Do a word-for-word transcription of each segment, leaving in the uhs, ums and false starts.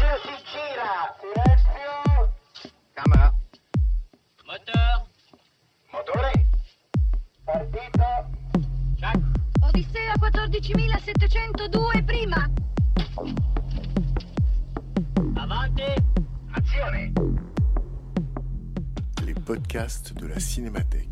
si gira. Silenzio. Camera. Moteur. Motore. Partito. Check. Odissea quattordicimilasettecentodue prima. Avanti. Azione. Les podcasts de la Cinémathèque.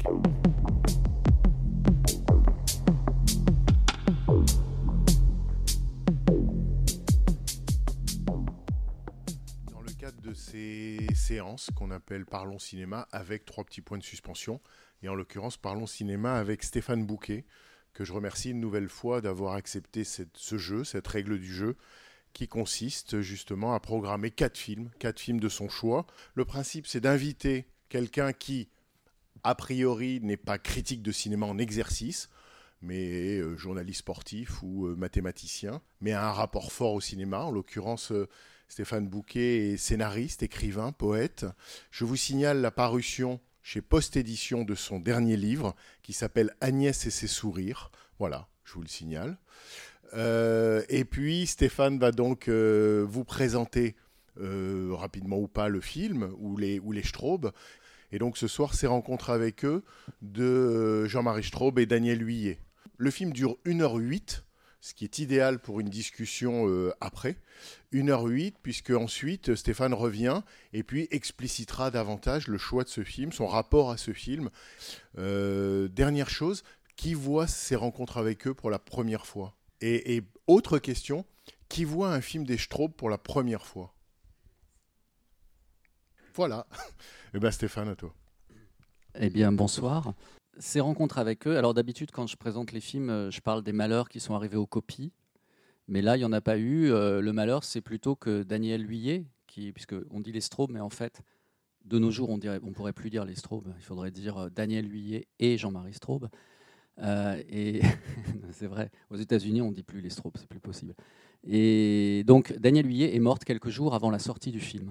Dans le cadre de ces séances qu'on appelle Parlons Cinéma avec trois petits points de suspension, et en l'occurrence Parlons Cinéma avec Stéphane Bouquet, que je remercie une nouvelle fois d'avoir accepté cette, ce jeu, cette règle du jeu, qui consiste justement à programmer quatre films, quatre films de son choix. Le principe, c'est d'inviter quelqu'un qui, a priori, n'est pas critique de cinéma en exercice, mais euh, journaliste sportif ou euh, mathématicien, mais a un rapport fort au cinéma. En l'occurrence, euh, Stéphane Bouquet est scénariste, écrivain, poète. Je vous signale la parution chez Post-Édition de son dernier livre, qui s'appelle Agnès et ses sourires. Voilà, je vous le signale. Euh, et puis Stéphane va donc euh, vous présenter euh, rapidement ou pas le film ou les, ou les Straub. Et donc ce soir, c'est rencontre avec eux de Jean-Marie Straub et Daniel Huillet. Le film dure une heure huit, ce qui est idéal pour une discussion euh, après. une heure huit, puisque ensuite Stéphane revient et puis explicitera davantage le choix de ce film, son rapport à ce film. Euh, dernière chose, qui voit ces rencontres avec eux pour la première fois ? Et, et autre question, qui voit un film des Straub pour la première fois ? Voilà. Eh bien Stéphane, à toi. Eh bien bonsoir. Ces rencontres avec eux, alors d'habitude quand je présente les films, je parle des malheurs qui sont arrivés aux copies, mais là il n'y en a pas eu. Euh, le malheur c'est plutôt que Daniel Huillet, qui, puisqu'on dit les Straub, mais en fait de nos jours on ne on pourrait plus dire les Straub, il faudrait dire Daniel Huillet et Jean-Marie Straub. Euh, et c'est vrai, aux États-Unis on ne dit plus les Straub, c'est plus possible. Et donc Daniel Huillet est morte quelques jours avant la sortie du film.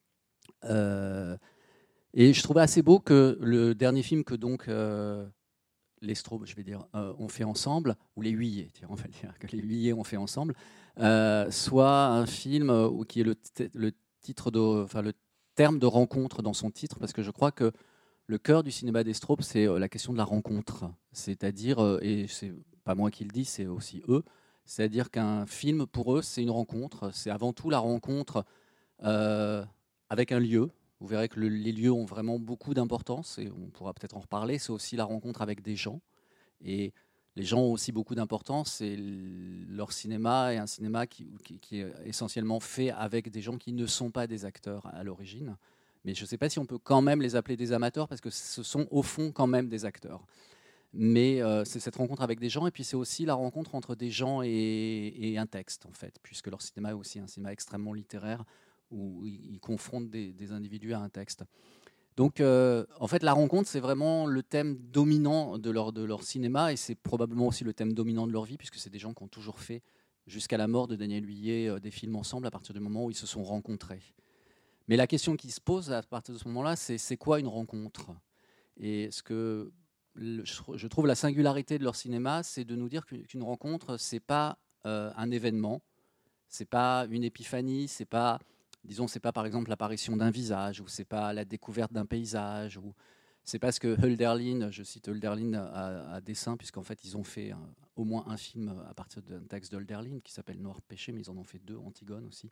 Euh, et je trouvais assez beau que le dernier film que donc euh, les Straub, je vais dire, euh, ont fait ensemble, ou les Huillet, on va dire que les Huillet ont fait ensemble, euh, soit un film où, qui est le, t- le titre de, enfin le terme de rencontre dans son titre, parce que je crois que le cœur du cinéma des Straub, c'est la question de la rencontre. C'est-à-dire, et c'est pas moi qui le dis, c'est aussi eux, c'est-à-dire qu'un film, pour eux, c'est une rencontre. C'est avant tout la rencontre euh, avec un lieu. Vous verrez que le, les lieux ont vraiment beaucoup d'importance, et on pourra peut-être en reparler. C'est aussi la rencontre avec des gens. Et les gens ont aussi beaucoup d'importance. Et leur cinéma est un cinéma qui, qui, qui est essentiellement fait avec des gens qui ne sont pas des acteurs à l'origine. Mais je ne sais pas si on peut quand même les appeler des amateurs, parce que ce sont au fond quand même des acteurs. Mais euh, c'est cette rencontre avec des gens, et puis c'est aussi la rencontre entre des gens et, et un texte, en fait, puisque leur cinéma est aussi un cinéma extrêmement littéraire, où ils confrontent des, des individus à un texte. Donc, euh, en fait, la rencontre, c'est vraiment le thème dominant de leur, de leur cinéma, et c'est probablement aussi le thème dominant de leur vie, puisque c'est des gens qui ont toujours fait, jusqu'à la mort de Daniel Huillet, euh, des films ensemble à partir du moment où ils se sont rencontrés. Mais la question qui se pose à partir de ce moment-là, c'est c'est quoi une rencontre ? Et ce que le, je trouve la singularité de leur cinéma, c'est de nous dire qu'une rencontre, c'est pas euh, un événement, c'est pas une épiphanie, c'est pas, disons, c'est pas par exemple l'apparition d'un visage, ou c'est pas la découverte d'un paysage, ou c'est parce que Hölderlin, je cite Hölderlin à, à dessein, puisqu'en fait ils ont fait un, au moins un film à partir d'un texte d'Hölderlin qui s'appelle Noir Péché, mais ils en ont fait deux, Antigone aussi.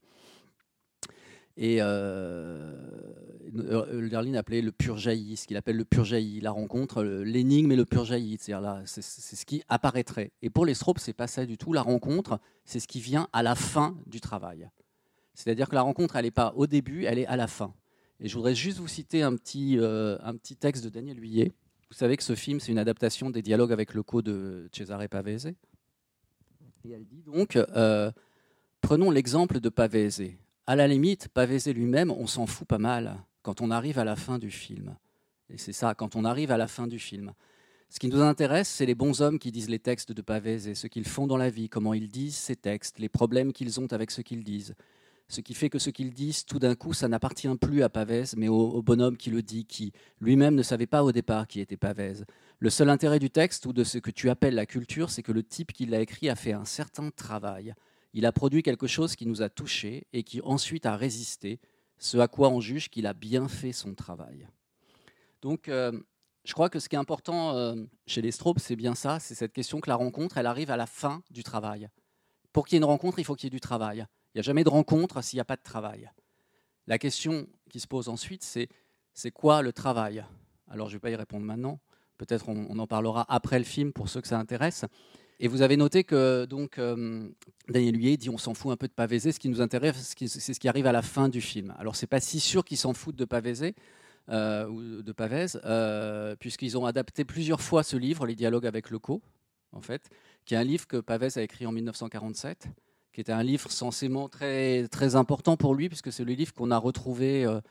Et euh, Hölderlin appelait le pur jailli, ce qu'il appelle le pur jailli, la rencontre, l'énigme et le pur jailli. C'est-à-dire là, c'est, c'est ce qui apparaîtrait. Et pour les Straub, c'est pas ça du tout. La rencontre, c'est ce qui vient à la fin du travail. C'est-à-dire que la rencontre, elle n'est pas au début, elle est à la fin. Et je voudrais juste vous citer un petit, euh, un petit texte de Daniel Huillet. Vous savez que ce film, c'est une adaptation des dialogues avec le co de Cesare Pavese. Et elle dit donc, euh, prenons l'exemple de Pavese. À la limite, Pavese lui-même, on s'en fout pas mal quand on arrive à la fin du film. Et c'est ça, quand on arrive à la fin du film. Ce qui nous intéresse, c'est les bons hommes qui disent les textes de Pavese, ce qu'ils font dans la vie, comment ils disent ces textes, les problèmes qu'ils ont avec ce qu'ils disent. Ce qui fait que ce qu'ils disent, tout d'un coup, ça n'appartient plus à Pavese, mais au, au bonhomme qui le dit, qui lui-même ne savait pas au départ qui était Pavese. Le seul intérêt du texte, ou de ce que tu appelles la culture, c'est que le type qui l'a écrit a fait un certain travail. Il a produit quelque chose qui nous a touchés et qui ensuite a résisté, ce à quoi on juge qu'il a bien fait son travail. Donc, euh, je crois que ce qui est important euh, chez les Straub, c'est bien ça, c'est cette question que la rencontre, elle arrive à la fin du travail. Pour qu'il y ait une rencontre, il faut qu'il y ait du travail. Il n'y a jamais de rencontre s'il n'y a pas de travail. La question qui se pose ensuite, c'est c'est quoi le travail? Alors, je ne vais pas y répondre maintenant. Peut-être on, on en parlera après le film pour ceux que ça intéresse. Et vous avez noté que donc, euh, Daniel Huyé dit on s'en fout un peu de Pavese. Ce qui nous intéresse, c'est ce qui arrive à la fin du film. Alors, ce n'est pas si sûr qu'ils s'en foutent de Pavese, euh, ou de Pavese, euh, puisqu'ils ont adapté plusieurs fois ce livre, Les dialogues avec Lecault, en fait, qui est un livre que Pavese a écrit en mille neuf cent quarante-sept, qui était un livre censément très, très important pour lui, puisque c'est le livre qu'on a retrouvé... Euh,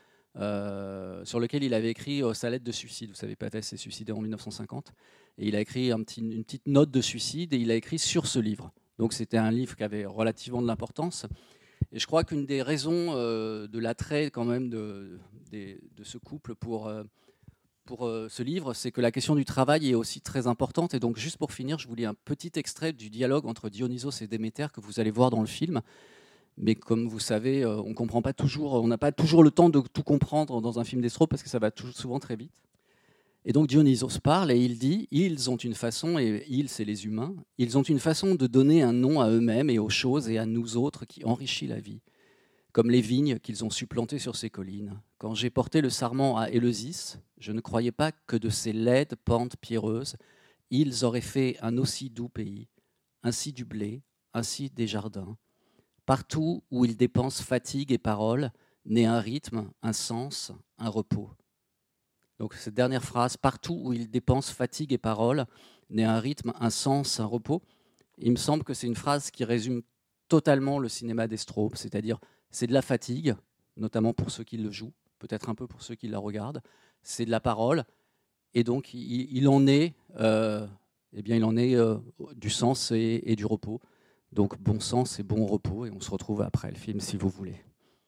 Euh, sur lequel il avait écrit euh, sa lettre de suicide. Vous savez, Pavese s'est suicidé en mille neuf cent cinquante. Et il a écrit un petit, une petite note de suicide et il a écrit sur ce livre. Donc c'était un livre qui avait relativement de l'importance. Et je crois qu'une des raisons euh, de l'attrait quand même de, de, de ce couple pour, euh, pour euh, ce livre, c'est que la question du travail est aussi très importante. Et donc juste pour finir, je vous lis un petit extrait du dialogue entre Dionysos et Déméter que vous allez voir dans le film. Mais comme vous savez, on comprend pas toujours, on n'a pas toujours le temps de tout comprendre dans un film des Straub parce que ça va souvent très vite. Et donc Dionysos parle et il dit « Ils ont une façon, et ils, c'est les humains, ils ont une façon de donner un nom à eux-mêmes et aux choses et à nous autres qui enrichit la vie, comme les vignes qu'ils ont supplantées sur ces collines. Quand j'ai porté le sarment à Éleusis, je ne croyais pas que de ces laides pentes pierreuses, ils auraient fait un aussi doux pays, ainsi du blé, ainsi des jardins. Partout où ils dépensent fatigue et parole, naît un rythme, un sens, un repos. » Donc cette dernière phrase, partout où ils dépensent fatigue et parole, naît un rythme, un sens, un repos. Il me semble que c'est une phrase qui résume totalement le cinéma des Straub, c'est-à-dire c'est de la fatigue, notamment pour ceux qui le jouent, peut-être un peu pour ceux qui la regardent, c'est de la parole, et donc il, il en est, euh, eh bien, il en est euh, du sens et, et du repos. Donc bon sens et bon repos, et on se retrouve après le film si vous voulez.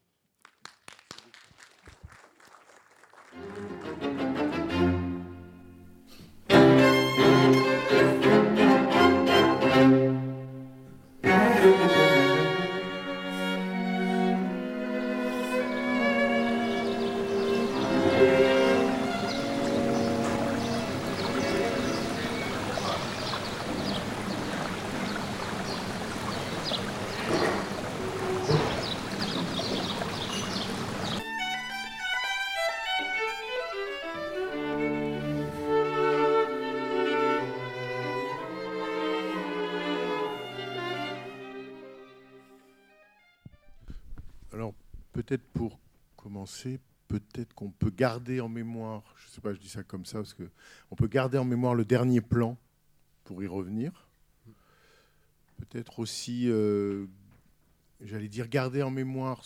Alors, peut-être pour commencer, peut-être qu'on peut garder en mémoire, je ne sais pas, je dis ça comme ça, parce qu'on peut garder en mémoire le dernier plan pour y revenir. Peut-être aussi, euh, j'allais dire, garder en mémoire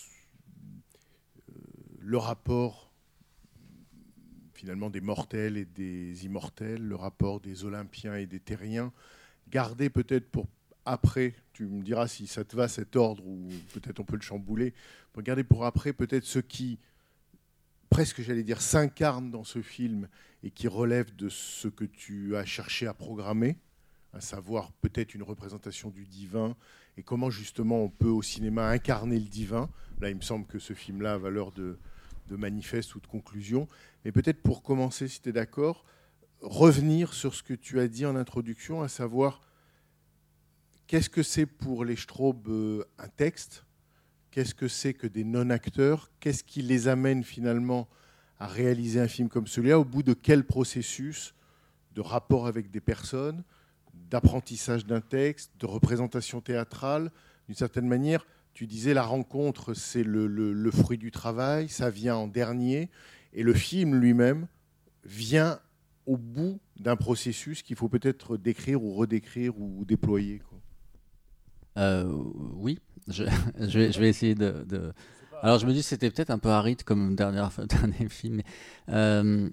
euh, le rapport, finalement, des mortels et des immortels, le rapport des Olympiens et des Terriens. Garder peut-être pour après, tu me diras si ça te va cet ordre ou peut-être on peut le chambouler, regardez pour après peut-être ce qui, presque j'allais dire, s'incarne dans ce film et qui relève de ce que tu as cherché à programmer, à savoir peut-être une représentation du divin et comment justement on peut au cinéma incarner le divin. Là, il me semble que ce film-là a valeur de, de manifeste ou de conclusion. Mais peut-être pour commencer, si tu es d'accord, revenir sur ce que tu as dit en introduction, à savoir qu'est-ce que c'est pour les Straub euh, un texte? Qu'est-ce que c'est que des non-acteurs? Qu'est-ce qui les amène finalement à réaliser un film comme celui-là? Au bout de quel processus de rapport avec des personnes, d'apprentissage d'un texte, de représentation théâtrale? D'une certaine manière, tu disais la rencontre, c'est le, le, le fruit du travail, ça vient en dernier, et le film lui-même vient au bout d'un processus qu'il faut peut-être décrire ou redécrire ou déployer, quoi. Euh, oui, je, je, vais, je vais essayer de, de... Alors je me dis que c'était peut-être un peu aride comme dernier, dernier film. Mais, euh,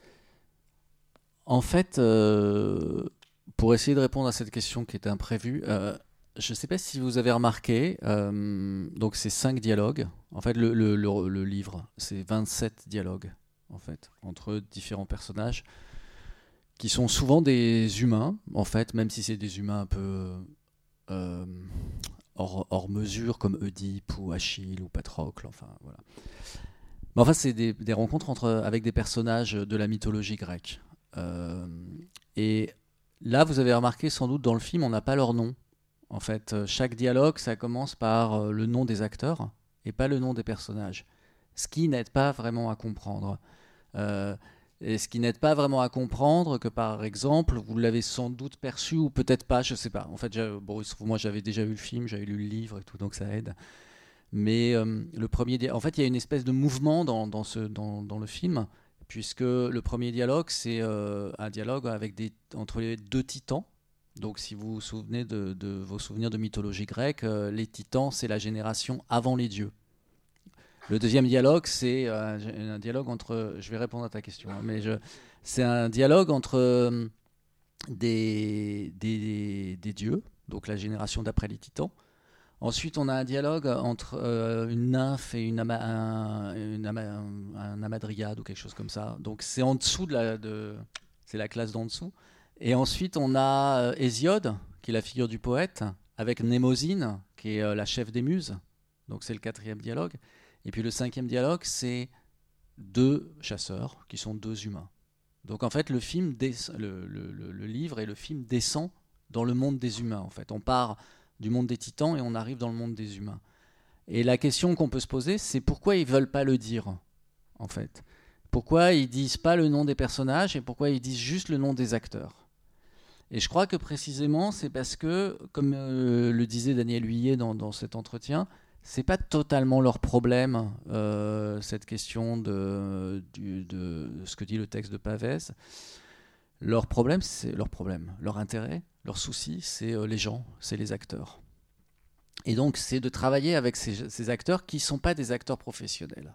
en fait, euh, pour essayer de répondre à cette question qui était imprévue, euh, je ne sais pas si vous avez remarqué, euh, donc c'est cinq dialogues. En fait, le, le, le, le livre, c'est vingt-sept dialogues en fait, entre différents personnages qui sont souvent des humains, en fait, même si c'est des humains un peu... Euh, hors, hors mesure, comme Oedipe ou Achille ou Patrocle. Enfin, voilà. Mais enfin, c'est des, des rencontres entre, avec des personnages de la mythologie grecque. Euh, et là, vous avez remarqué sans doute dans le film, on n'a pas leur nom. En fait, chaque dialogue, ça commence par le nom des acteurs et pas le nom des personnages. Ce qui n'aide pas vraiment à comprendre. Euh, et ce qui n'aide pas vraiment à comprendre que, par exemple, vous l'avez sans doute perçu ou peut-être pas, je sais pas. En fait, bon, moi, j'avais déjà vu le film, j'avais lu le livre et tout, donc ça aide. Mais euh, le premier, di- en fait, il y a une espèce de mouvement dans, dans, ce, dans, dans le film, puisque le premier dialogue, c'est euh, un dialogue avec des, entre les deux titans. Donc, si vous vous souvenez de, de vos souvenirs de mythologie grecque, euh, les titans, c'est la génération avant les dieux. Le deuxième dialogue, c'est euh, un dialogue entre... Je vais répondre à ta question, hein, mais je, c'est un dialogue entre euh, des, des, des dieux, donc la génération d'après les titans. Ensuite, on a un dialogue entre euh, une nymphe et une, ama, un, une ama, un, un amadriade ou quelque chose comme ça. Donc, c'est en dessous de la... De, c'est la classe d'en dessous. Et ensuite, on a euh, Hésiode, qui est la figure du poète, avec Mnémosyne, qui est euh, la chef des muses. Donc, c'est le quatrième dialogue. Et puis, le cinquième dialogue, c'est deux chasseurs, qui sont deux humains. Donc, en fait, le, film des, le, le, le, le livre et le film descend dans le monde des humains. En fait, on part du monde des titans et on arrive dans le monde des humains. Et la question qu'on peut se poser, c'est pourquoi ils ne veulent pas le dire, en fait. Pourquoi ils ne disent pas le nom des personnages et pourquoi ils disent juste le nom des acteurs. Et je crois que précisément, c'est parce que, comme euh, le disait Daniel Huillet dans, dans cet entretien, c'est pas totalement leur problème, euh, cette question de, du, de ce que dit le texte de Pavès. Leur problème, c'est leur problème, leur intérêt, leur souci, c'est euh, les gens, c'est les acteurs. Et donc, c'est de travailler avec ces, ces acteurs qui ne sont pas des acteurs professionnels.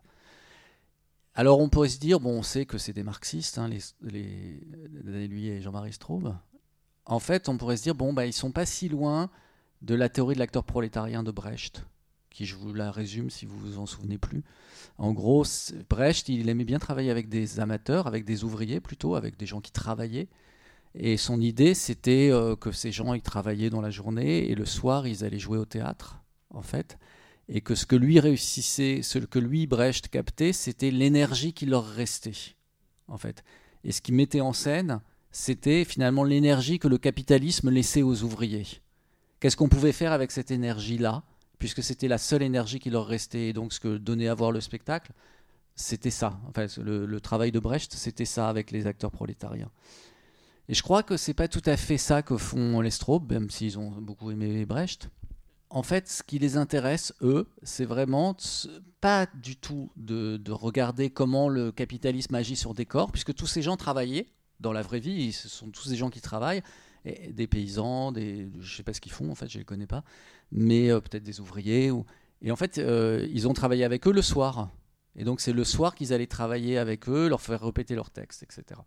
Alors, on pourrait se dire, bon, on sait que c'est des marxistes, hein, les, les, Daniel Huillet et Jean-Marie Straub. En fait, on pourrait se dire, bon, bah, ils ne sont pas si loin de la théorie de l'acteur prolétarien de Brecht, qui, je vous la résume si vous vous en souvenez plus. En gros, Brecht, il aimait bien travailler avec des amateurs, avec des ouvriers plutôt, avec des gens qui travaillaient. Et son idée, c'était euh, que ces gens, ils travaillaient dans la journée et le soir, ils allaient jouer au théâtre, en fait. Et que ce que lui réussissait, ce que lui, Brecht, captait, c'était l'énergie qui leur restait, en fait. Et ce qu'il mettait en scène, c'était finalement l'énergie que le capitalisme laissait aux ouvriers. Qu'est-ce qu'on pouvait faire avec cette énergie-là, puisque c'était la seule énergie qui leur restait. Et donc ce que donnait à voir le spectacle, c'était ça. Enfin, le, le travail de Brecht, c'était ça avec les acteurs prolétariens. Et je crois que c'est pas tout à fait ça que font les Straub, même s'ils ont beaucoup aimé Brecht. En fait, ce qui les intéresse, eux, c'est vraiment pas du tout de, de regarder comment le capitalisme agit sur des corps, puisque tous ces gens travaillaient dans la vraie vie, ce sont tous des gens qui travaillent, et des paysans, des, je ne sais pas ce qu'ils font, en fait, je ne les connais pas, mais euh, peut-être des ouvriers. Ou, et en fait, euh, ils ont travaillé avec eux le soir. Et donc, c'est le soir qu'ils allaient travailler avec eux, leur faire répéter leurs textes, et cetera.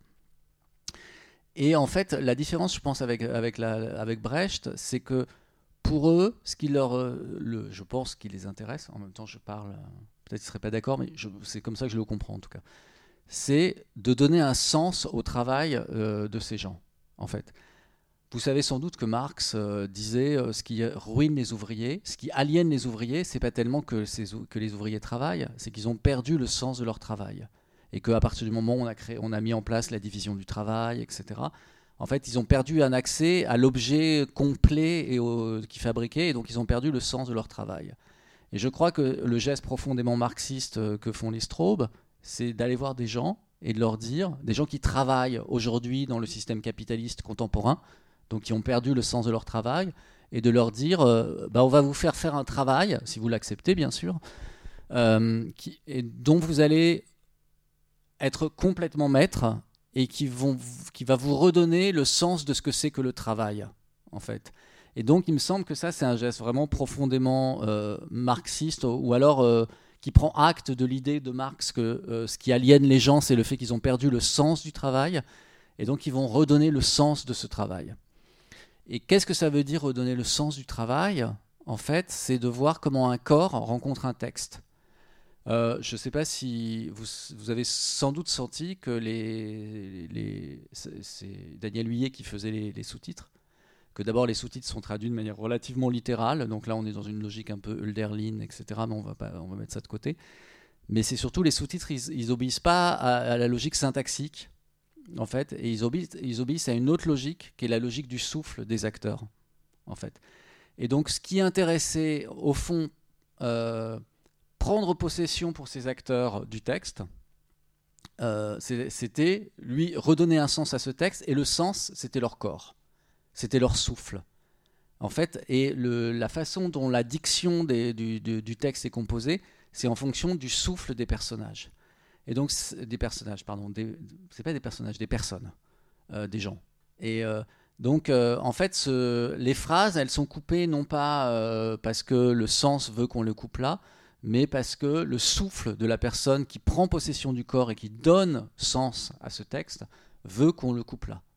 Et en fait, la différence, je pense, avec, avec, la, avec Brecht, c'est que pour eux, ce qui leur, le, je pense, qui les intéresse, en même temps, je parle, peut-être qu'ils ne seraient pas d'accord, mais je, c'est comme ça que je le comprends, en tout cas, c'est de donner un sens au travail euh, de ces gens, en fait. Vous savez sans doute que Marx euh, disait euh, ce qui ruine les ouvriers, ce qui aliène les ouvriers, c'est pas tellement que, ces, que les ouvriers travaillent, c'est qu'ils ont perdu le sens de leur travail. Et qu'à partir du moment où on a, créé, on a mis en place la division du travail, et cetera, en fait, ils ont perdu un accès à l'objet complet et au, qu'ils fabriquaient, et donc ils ont perdu le sens de leur travail. Et je crois que le geste profondément marxiste que font les Straub, c'est d'aller voir des gens et de leur dire, des gens qui travaillent aujourd'hui dans le système capitaliste contemporain, donc qui ont perdu le sens de leur travail, et de leur dire, euh, bah, on va vous faire faire un travail, si vous l'acceptez bien sûr, euh, qui, et dont vous allez être complètement maître, et qui, vont, qui va vous redonner le sens de ce que c'est que le travail, en fait. Et donc, il me semble que ça, c'est un geste vraiment profondément euh, marxiste, ou alors euh, qui prend acte de l'idée de Marx que euh, ce qui aliène les gens, c'est le fait qu'ils ont perdu le sens du travail, et donc ils vont redonner le sens de ce travail. Et qu'est-ce que ça veut dire redonner le sens du travail ? En fait, c'est de voir comment un corps rencontre un texte. Euh, je ne sais pas si vous, vous avez sans doute senti que les, les, c'est, c'est Daniel Huillet qui faisait les, les sous-titres, que d'abord les sous-titres sont traduits de manière relativement littérale, donc là on est dans une logique un peu Hölderlin, et cetera, mais on va, pas, on va mettre ça de côté. Mais c'est surtout les sous-titres, ils n'obéissent pas à, à la logique syntaxique, en fait, et ils obéissent, ils obéissent à une autre logique, qui est la logique du souffle des acteurs, en fait. Et donc ce qui intéressait, au fond, euh, prendre possession pour ces acteurs du texte, euh, c'était lui redonner un sens à ce texte, et le sens, c'était leur corps. C'était leur souffle, en fait. Et le, la façon dont la diction des, du, du, du texte est composée, c'est en fonction du souffle des personnages. Et donc, des personnages, pardon, des, c'est pas des personnages, des personnes, euh, des gens. Et euh, donc, euh, en fait, ce, les phrases, elles sont coupées non pas euh, parce que le sens veut qu'on le coupe là, mais parce que le souffle de la personne qui prend possession du corps et qui donne sens à ce texte veut qu'on le coupe là.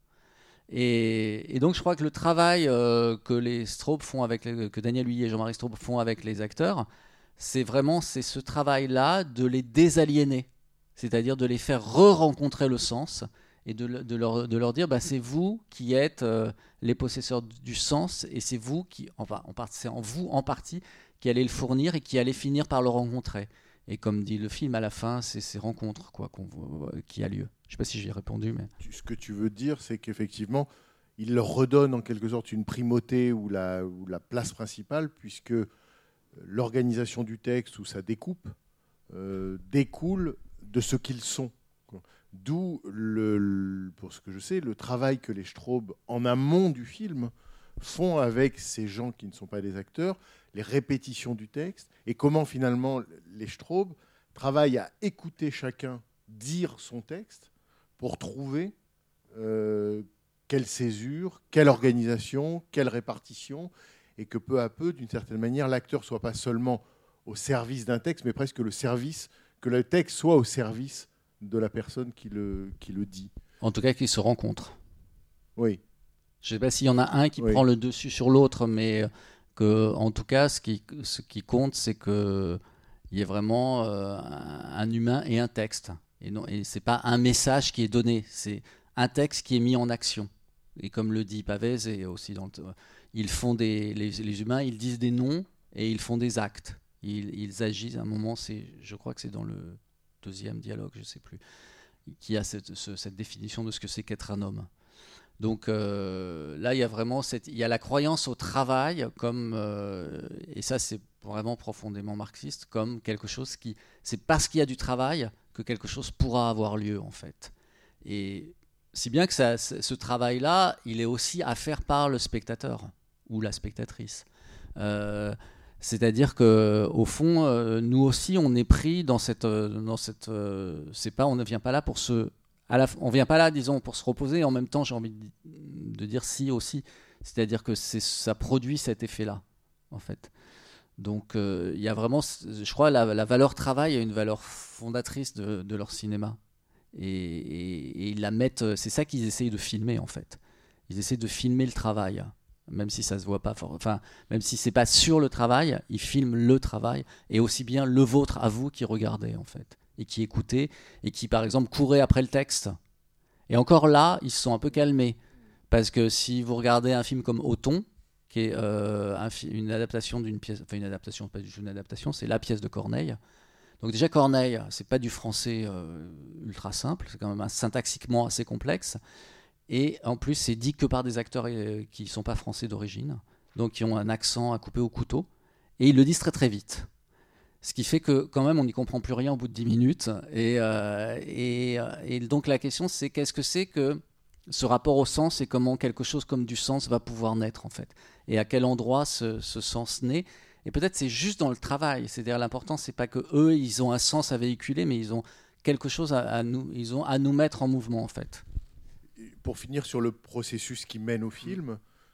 Et, et donc je crois que le travail euh, que les Straub font avec les, que Daniel Huillet et Jean-Marie Straub font avec les acteurs, c'est vraiment c'est ce travail-là de les désaliéner, c'est-à-dire de les faire re-rencontrer le sens et de, de, leur, de leur dire bah, c'est vous qui êtes euh, les possesseurs du sens et c'est vous qui, enfin en part, c'est en vous en partie qui allez le fournir et qui allez finir par le rencontrer. Et comme dit le film à la fin, c'est ces rencontres quoi, qu'on, qui a lieu. Je ne sais pas si j'ai répondu, mais... Ce que tu veux dire, c'est qu'effectivement, il leur redonne en quelque sorte une primauté ou la, ou la place principale, puisque l'organisation du texte ou sa découpe euh, découle de ce qu'ils sont. D'où, le, le, pour ce que je sais, le travail que les Straub, en amont du film, font avec ces gens qui ne sont pas des acteurs, les répétitions du texte, et comment finalement les Straub travaillent à écouter chacun dire son texte pour trouver euh, quelle césure, quelle organisation, quelle répartition, et que peu à peu, d'une certaine manière, l'acteur ne soit pas seulement au service d'un texte, mais presque le service, que le texte soit au service de la personne qui le, qui le dit. En tout cas, qu'ils se rencontrent. Oui. Je ne sais pas s'il y en a un qui oui. prend le dessus sur l'autre, mais que, en tout cas, ce qui, ce qui compte, c'est qu'il y ait vraiment euh, un, un humain et un texte. Et, non, et ce n'est pas un message qui est donné, c'est un texte qui est mis en action. Et comme le dit Pavese, et aussi dans le, ils font des, les, les humains, ils disent des noms et ils font des actes. Ils, ils agissent. À un moment, c'est, je crois que c'est dans le deuxième dialogue, je ne sais plus, qui a cette, ce, cette définition de ce que c'est qu'être un homme. Donc euh, là, il y a vraiment cette, il y a la croyance au travail comme, euh, et ça c'est vraiment profondément marxiste, comme quelque chose qui, c'est parce qu'il y a du travail que quelque chose pourra avoir lieu en fait. Et si bien que ça, ce travail-là, il est aussi à faire par le spectateur ou la spectatrice. Euh, c'est-à-dire que au fond, euh, nous aussi, on est pris dans cette, dans cette, euh, c'est pas, on ne vient pas là pour se À la, on ne vient pas là, disons, pour se reposer. En même temps, j'ai envie de, de dire si aussi. C'est-à-dire que c'est, ça produit cet effet-là, en fait. Donc, euh, il y a vraiment, je crois, la, la valeur travail est une valeur fondatrice de, de leur cinéma. Et, et, et ils la mettent, c'est ça qu'ils essayent de filmer, en fait. Ils essayent de filmer le travail, même si ça ne se voit pas fort. Enfin, même si ce n'est pas sur le travail, ils filment le travail, et aussi bien le vôtre à vous qui regardez, en fait. Et qui écoutaient, et qui, par exemple, couraient après le texte. Et encore là, ils se sont un peu calmés. Parce que si vous regardez un film comme Othon, qui est euh, un fi- une adaptation d'une pièce, enfin une adaptation, pas du tout une adaptation, c'est la pièce de Corneille. Donc déjà, Corneille, c'est pas du français euh, ultra simple, c'est quand même un, syntaxiquement assez complexe. Et en plus, c'est dit que par des acteurs euh, qui ne sont pas français d'origine, donc qui ont un accent à couper au couteau. Et ils le disent très très vite. Ce qui fait que quand même on n'y comprend plus rien au bout de dix minutes. Et, euh, et, et donc la question c'est qu'est-ce que c'est que ce rapport au sens et comment quelque chose comme du sens va pouvoir naître en fait. Et à quel endroit ce, ce sens naît. Et peut-être c'est juste dans le travail. C'est-à-dire l'important c'est pas que eux ils ont un sens à véhiculer, mais ils ont quelque chose à, à nous, ils ont à nous mettre en mouvement en fait. Pour finir sur le processus qui mène au film,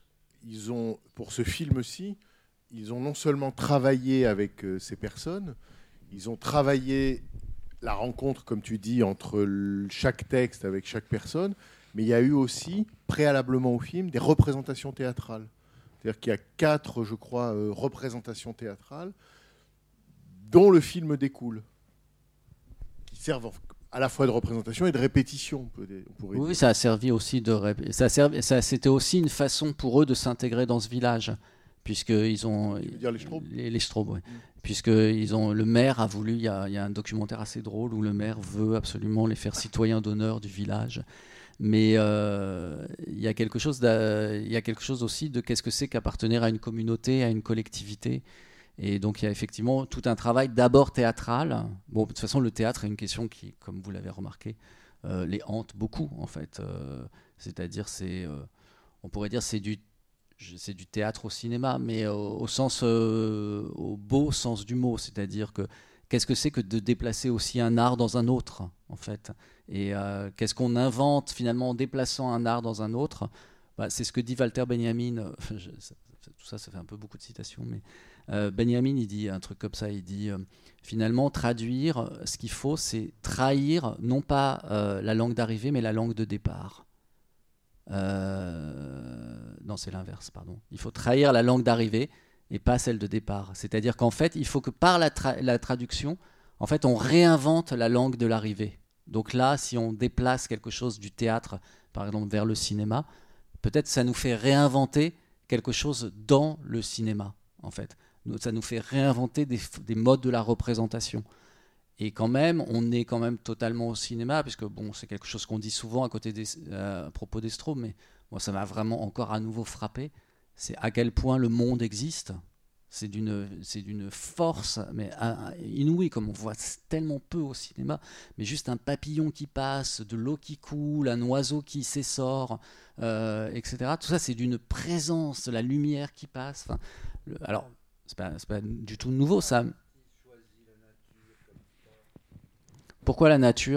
ils ont pour ce film-ci. Ils ont non seulement travaillé avec euh, ces personnes, ils ont travaillé la rencontre, comme tu dis, entre le, chaque texte avec chaque personne, mais il y a eu aussi, préalablement au film, des représentations théâtrales. C'est-à-dire qu'il y a quatre, je crois, euh, représentations théâtrales dont le film découle, qui servent à la fois de représentation et de répétition. On, peut, on pourrait Oui, dire. ça a servi aussi de. rép- Ça a servi, ça, c'était aussi une façon pour eux de s'intégrer dans ce village, puisqu'ils ont. Tu veux dire les Straub Les, les Straub, oui. Mm. Puisqu'ils ont. Le maire a voulu. Il y a, il y a un documentaire assez drôle où le maire veut absolument les faire citoyens d'honneur du village. Mais euh, il y a quelque chose. d'a- Il y a quelque chose aussi de qu'est-ce que c'est qu'appartenir à une communauté, à une collectivité. Et donc il y a effectivement tout un travail d'abord théâtral. Bon, de toute façon, le théâtre est une question qui, comme vous l'avez remarqué, euh, les hante beaucoup en fait. Euh, c'est-à-dire, c'est, euh, on pourrait dire, c'est du, je- c'est du théâtre au cinéma, mais euh, au sens, euh, au beau sens du mot. C'est-à-dire que qu'est-ce que c'est que de déplacer aussi un art dans un autre en fait. Et euh, qu'est-ce qu'on invente finalement en déplaçant un art dans un autre. Bah, c'est ce que dit Walter Benjamin. euh, je- ça- ça- tout ça, ça fait un peu beaucoup de citations, mais euh, Benjamin, il dit un truc comme ça, il dit euh, finalement traduire, euh, ce qu'il faut, c'est trahir non pas euh, la langue d'arrivée, mais la langue de départ. Euh, non, c'est l'inverse, pardon. Il faut trahir la langue d'arrivée et pas celle de départ. C'est-à-dire qu'en fait, il faut que par la, tra- la traduction, en fait, on réinvente la langue de l'arrivée. Donc là, si on déplace quelque chose du théâtre, par exemple, vers le cinéma, peut-être ça nous fait réinventer quelque chose dans le cinéma, en fait. Nous- Ça nous fait réinventer des, f- des modes de la représentation. Et quand même, on est quand même totalement au cinéma, puisque bon, c'est quelque chose qu'on dit souvent à, côté des, euh, à propos des Straub, mais moi, ça m'a vraiment encore à nouveau frappé. C'est à quel point le monde existe. C'est d'une, c'est d'une force mais ah, inouïe, comme on voit tellement peu au cinéma. Mais juste un papillon qui passe, de l'eau qui coule, un oiseau qui s'essore, euh, et cetera. Tout ça, c'est d'une présence, de la lumière qui passe. Enfin, le- alors, c'est pas, c'est pas du tout nouveau, ça. Pourquoi la nature ?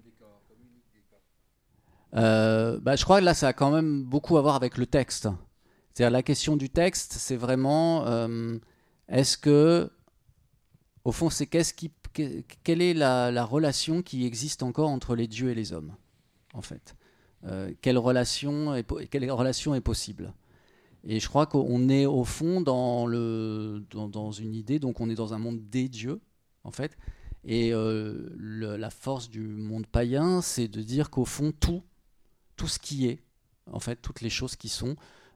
Euh, bah, je crois que là, ça a quand même beaucoup à voir avec le texte. C'est-à-dire la question du texte, c'est vraiment euh, est-ce que, au fond, c'est qu'est-ce qui, que- quelle est la, la relation qui existe encore entre les dieux et les hommes, en fait. Euh, quelle relation est, po- quelle relation est possible ? Et je crois qu'on est au fond dans, le, dans, dans une idée, donc on est dans un monde des dieux, en fait. Et euh, le- la force du monde païen, c'est de dire qu'au fond, tout, tout ce qui est, en fait, toutes les choses qui sont,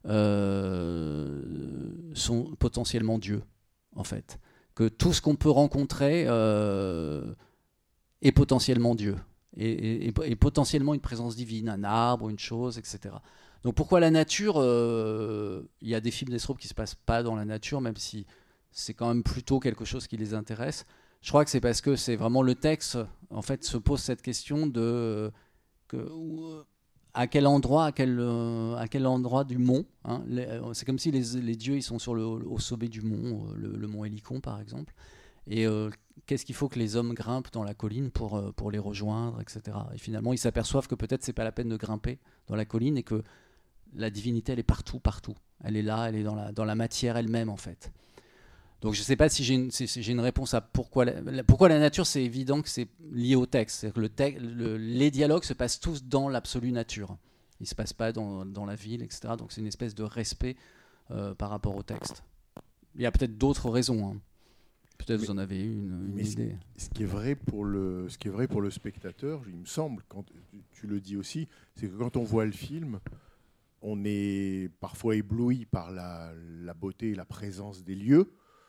euh, sont potentiellement Dieu, en fait. Que tout ce qu'on peut rencontrer euh, est potentiellement Dieu. Et, et- et- et potentiellement une présence divine, un arbre, une chose, et cetera. Donc pourquoi la nature euh, il y a des films d'Estrop qui ne se passent pas dans la nature, même si c'est quand même plutôt quelque chose qui les intéresse. Je crois que c'est parce que c'est vraiment le texte, en fait, se pose cette question de euh, que, où, à quel endroit, à quel, euh, à quel endroit du mont. Hein, les- euh, c'est comme si les, les dieux ils sont sur le, au sommet du mont, euh, le, le mont Hélicon par exemple. Et euh, qu'est-ce qu'il faut que les hommes grimpent dans la colline pour, euh, pour les rejoindre, et cetera. Et finalement, ils s'aperçoivent que peut-être c'est pas la peine de grimper dans la colline et que la divinité, elle est partout, partout. Elle est là, elle est dans la, dans la matière elle-même, en fait. Donc je ne sais pas si j'ai une, si, si j'ai une réponse à pourquoi la, la- pourquoi la nature, c'est évident que c'est lié au texte. C'est-à-dire que le texte, le- les dialogues se passent tous dans l'absolue nature. Ils ne se passent pas dans, dans la ville, et cetera. Donc c'est une espèce de respect euh, par rapport au texte. Il y a peut-être d'autres raisons. Hein. Peut-être Mais- vous en avez une, une mais idée. Ce qui est vrai pour le, ce qui est vrai pour le spectateur, il me semble, quand tu- tu le dis aussi, c'est que quand on voit le film, on est parfois ébloui par la, la beauté et la présence des lieux,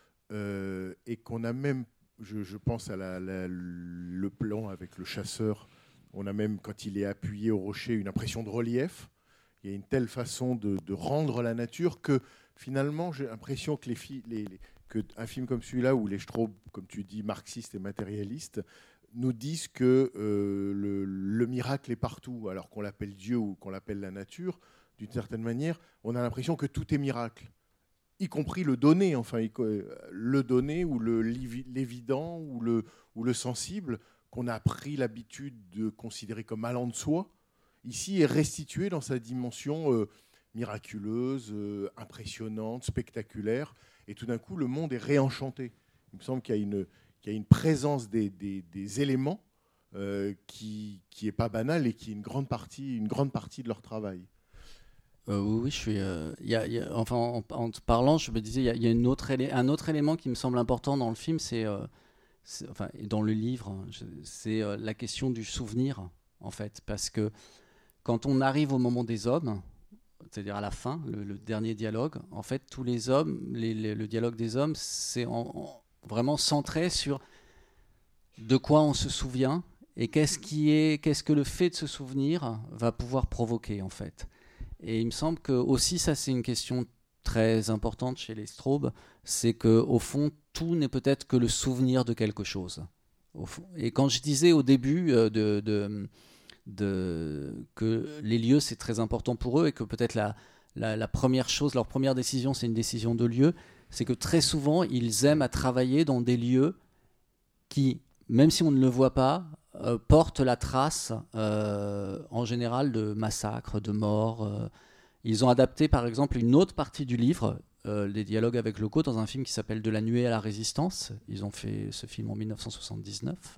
euh, et qu'on a même, je, je pense à la- la- le plan avec le chasseur, on a même, quand il est appuyé au rocher, une impression de relief. Il y a une telle façon de, de rendre la nature que finalement, j'ai l'impression que les, fi- les, les que un film comme celui-là, où les Straub, comme tu dis, marxistes et matérialistes, nous disent que euh, le, le miracle est partout, alors qu'on l'appelle Dieu ou qu'on l'appelle la nature, d'une certaine manière, on a l'impression que tout est miracle, y compris le donné, enfin, y- le donné ou le, l'évi- l'évident ou le, ou le sensible, qu'on a pris l'habitude de considérer comme allant de soi, ici est restitué dans sa dimension euh, miraculeuse, euh, impressionnante, spectaculaire, et tout d'un coup, le monde est réenchanté. Il me semble qu'il y a une, qu'il y a une présence des, des, des éléments euh, qui qui est pas banale et qui est une grande partie, une grande partie de leur travail. Euh, oui, oui, je suis. euh, il y a- il y a- enfin, en, en te parlant, je me disais, il y a, il y a une autre élé- un autre élément qui me semble important dans le film, c'est euh, c'est, enfin, dans le livre, c'est euh, la question du souvenir, en fait, parce que quand on arrive au moment des hommes, c'est-à-dire à la fin, le, le dernier dialogue, en fait, tous les hommes, les, les, le dialogue des hommes, c'est en, en, vraiment centré sur de quoi on se souvient et qu'est-ce qui est, qu'est-ce que le fait de se souvenir va pouvoir provoquer, en fait. Et il me semble que aussi ça, c'est une question très importante chez les Straub, c'est que au fond, tout n'est peut-être que le souvenir de quelque chose. Au fond. Et quand je disais au début euh, de, de De, que les lieux c'est très important pour eux et que peut-être la, la, la première chose, leur première décision c'est une décision de lieu, c'est que très souvent ils aiment à travailler dans des lieux qui, même si on ne le voit pas, euh, portent la trace euh, en général de massacres, de morts. Euh. Ils ont adapté par exemple une autre partie du livre, euh, les dialogues avec locaux, dans un film qui s'appelle De la nuée à la résistance. Ils ont fait ce film en dix-neuf cent soixante-dix-neuf.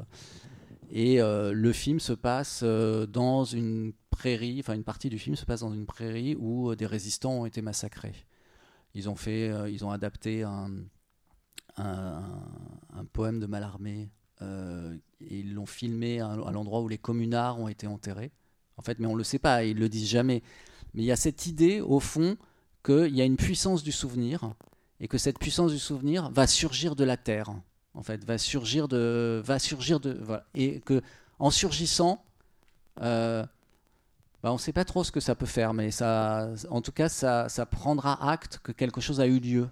Et euh, le film se passe euh, dans une prairie, enfin une partie du film se passe dans une prairie où euh, des résistants ont été massacrés. Ils ont fait, euh, ils ont adapté un, un, un poème de Mallarmé euh, et ils l'ont filmé à, à l'endroit où les communards ont été enterrés. En fait, mais on le sait pas, ils le disent jamais. Mais il y a cette idée au fond qu'il y a une puissance du souvenir et que cette puissance du souvenir va surgir de la terre. En fait, va surgir de, va surgir de, voilà, et que en surgissant, euh, bah, on ne sait pas trop ce que ça peut faire, mais ça, en tout cas, ça, ça prendra acte que quelque chose a eu lieu.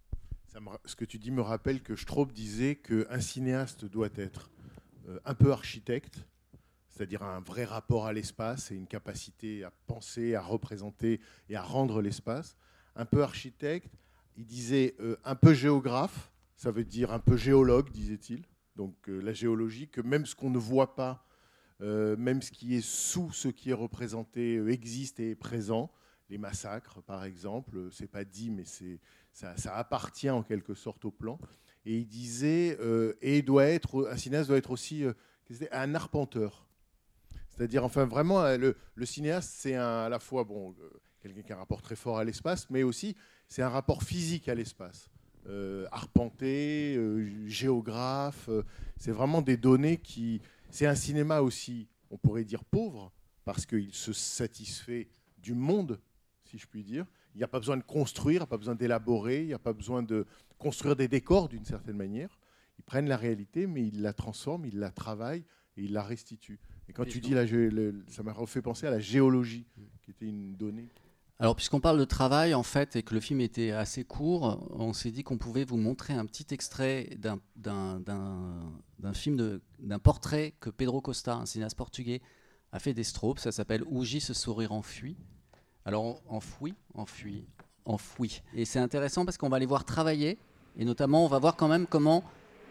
Ça me, ce que tu dis me rappelle que Straub disait qu'un cinéaste doit être euh, un peu architecte, c'est-à-dire un vrai rapport à l'espace et une capacité à penser, à représenter et à rendre l'espace. Un peu architecte, il disait euh, un peu géographe. Ça veut dire un peu géologue, disait-il. Donc euh, la géologie, que même ce qu'on ne voit pas, euh, même ce qui est sous ce qui est représenté, euh, existe et est présent. Les massacres, par exemple, euh, c'est pas dit, mais c'est, ça, ça appartient en quelque sorte au plan. Et il disait, euh, et doit être, un cinéaste doit être aussi euh, un arpenteur. C'est-à-dire, enfin, vraiment, le, le cinéaste, c'est un, à la fois bon, euh, quelqu'un qui a un rapport très fort à l'espace, mais aussi c'est un rapport physique à l'espace. Euh, arpenté, euh, géographe, euh, c'est vraiment des données qui... C'est un cinéma aussi, on pourrait dire pauvre, parce qu'il se satisfait du monde, si je puis dire. Il n'y a pas besoin de construire, il n'y a pas besoin d'élaborer, il n'y a pas besoin de construire des décors d'une certaine manière. Ils prennent la réalité, mais ils la transforment, ils la travaillent et ils la restituent. Et quand et tu donc... dis, la gé... le... ça m'a fait penser à la géologie, qui était une donnée... Alors, puisqu'on parle de travail, en fait, et que le film était assez court, on s'est dit qu'on pouvait vous montrer un petit extrait d'un, d'un, d'un, d'un film, de, d'un portrait que Pedro Costa, un cinéaste portugais, a fait des Straub. Ça s'appelle « Où gît ce sourire enfui ». Alors, enfoui, enfui, enfoui. Et c'est intéressant parce qu'on va les voir travailler, et notamment, on va voir quand même comment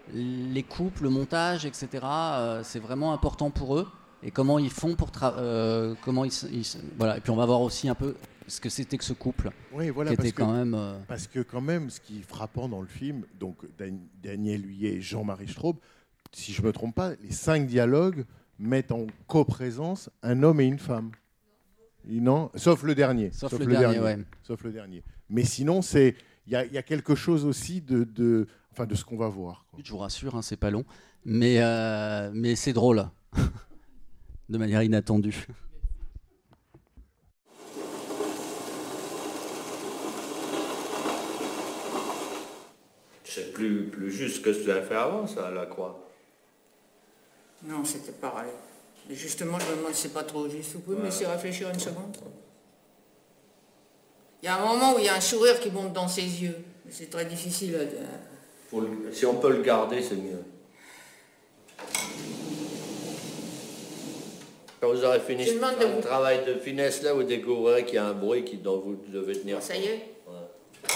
les coupes, le montage, et cetera, euh, c'est vraiment important pour eux, et comment ils font pour... Tra- euh, comment ils, ils, voilà. Et puis, on va voir aussi un peu... ce que c'était que ce couple, oui, voilà, qui parce était que, quand même... Euh... Parce que quand même, ce qui est frappant dans le film, donc Daniel Huyet et Jean-Marie Straub, si je ne me trompe pas, les cinq dialogues mettent en coprésence un homme et une femme. Et non, sauf le dernier. Sauf, sauf le, le dernier, dernier ouais. Sauf le dernier. Mais sinon, il y, y a quelque chose aussi de, de, enfin, de ce qu'on va voir. Quoi. Je vous rassure, hein, c'est pas long, mais, euh, mais c'est drôle, de manière inattendue. C'est plus, plus juste que ce que tu as fait avant, ça, à la croix. Non, c'était pareil. Et justement, je me demande si c'est pas trop juste. Vous pouvez ouais. me laisser réfléchir une seconde? Il y a un moment où il y a un sourire qui monte dans ses yeux. C'est très difficile à dire. Pour le, si on peut le garder, c'est mieux. Quand vous aurez fini ce de vous... travail de finesse là, vous découvrirez qu'il y a un bruit qui, dont vous devez tenir. Oh, ça y est. Ouais.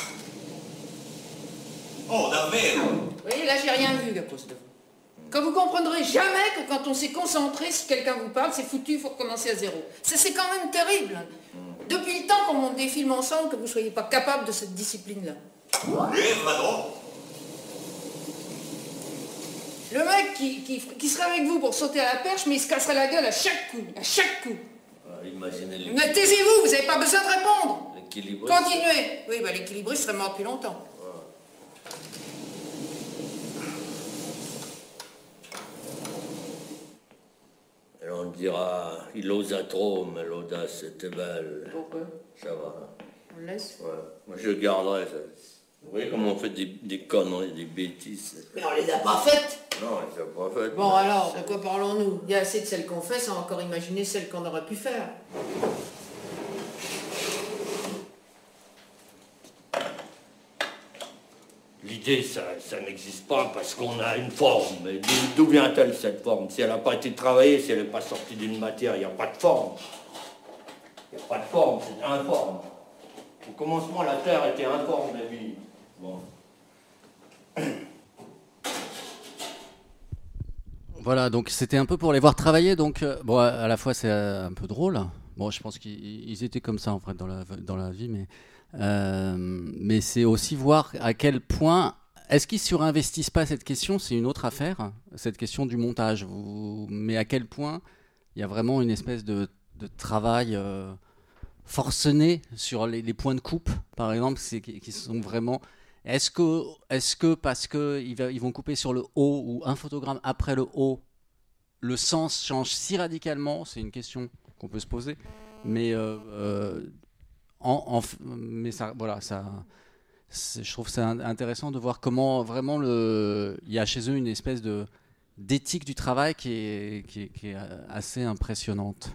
Oh, David! Vous voyez, là, j'ai rien vu à cause de vous. Quand vous comprendrez jamais que quand on s'est concentré, si quelqu'un vous parle, c'est foutu, il faut recommencer à zéro. Ça, c'est quand même terrible. Depuis le temps qu'on monte des films ensemble, que vous ne soyez pas capable de cette discipline-là. Oui, pardon. Le mec qui, qui, qui serait avec vous pour sauter à la perche, mais il se casserait la gueule à chaque coup, à chaque coup. Ah, imaginez mais taisez-vous, vous n'avez pas besoin de répondre. L'équilibriste. Continuez. Oui, bah, l'équilibriste serait mort depuis longtemps. dira, il osa trop, mais l'audace était belle. Pourquoi? Ça va. On le laisse? Ouais. Moi, je garderai ça. Vous voyez comment on fait des, des conneries, des bêtises. Mais on les a pas faites. Non, on les a pas faites. Bon alors, de quoi parlons-nous? Il y a assez de celles qu'on fait sans encore imaginer celles qu'on aurait pu faire. L'idée, ça, ça n'existe pas parce qu'on a une forme. Mais d'où, d'où vient-elle, cette forme? Si elle n'a pas été travaillée, si elle n'est pas sortie d'une matière, il n'y a pas de forme. Il n'y a pas de forme, c'est informe. Au commencement, la Terre était informe, la vie. Bon. Voilà, donc c'était un peu pour les voir travailler. Donc, euh, bon, à, à la fois c'est euh, un peu drôle. Bon, je pense qu'ils ils étaient comme ça en fait dans la, dans la vie, mais, euh, mais c'est aussi voir à quel point. Est-ce qu'ils surinvestissent pas cette question? C'est une autre affaire, cette question du montage. Vous, mais à quel point il y a vraiment une espèce de, de travail euh, forcené sur les, les points de coupe, par exemple, c'est, qui sont vraiment. Est-ce que, est-ce que parce qu'ils ils vont couper sur le haut ou un photogramme après le haut, le sens change si radicalement? C'est une question qu'on peut se poser. Mais, euh, euh, en, en, mais ça, voilà, ça, je trouve ça intéressant de voir comment vraiment le, il y a chez eux une espèce de, d'éthique du travail qui est, qui est, qui est assez impressionnante.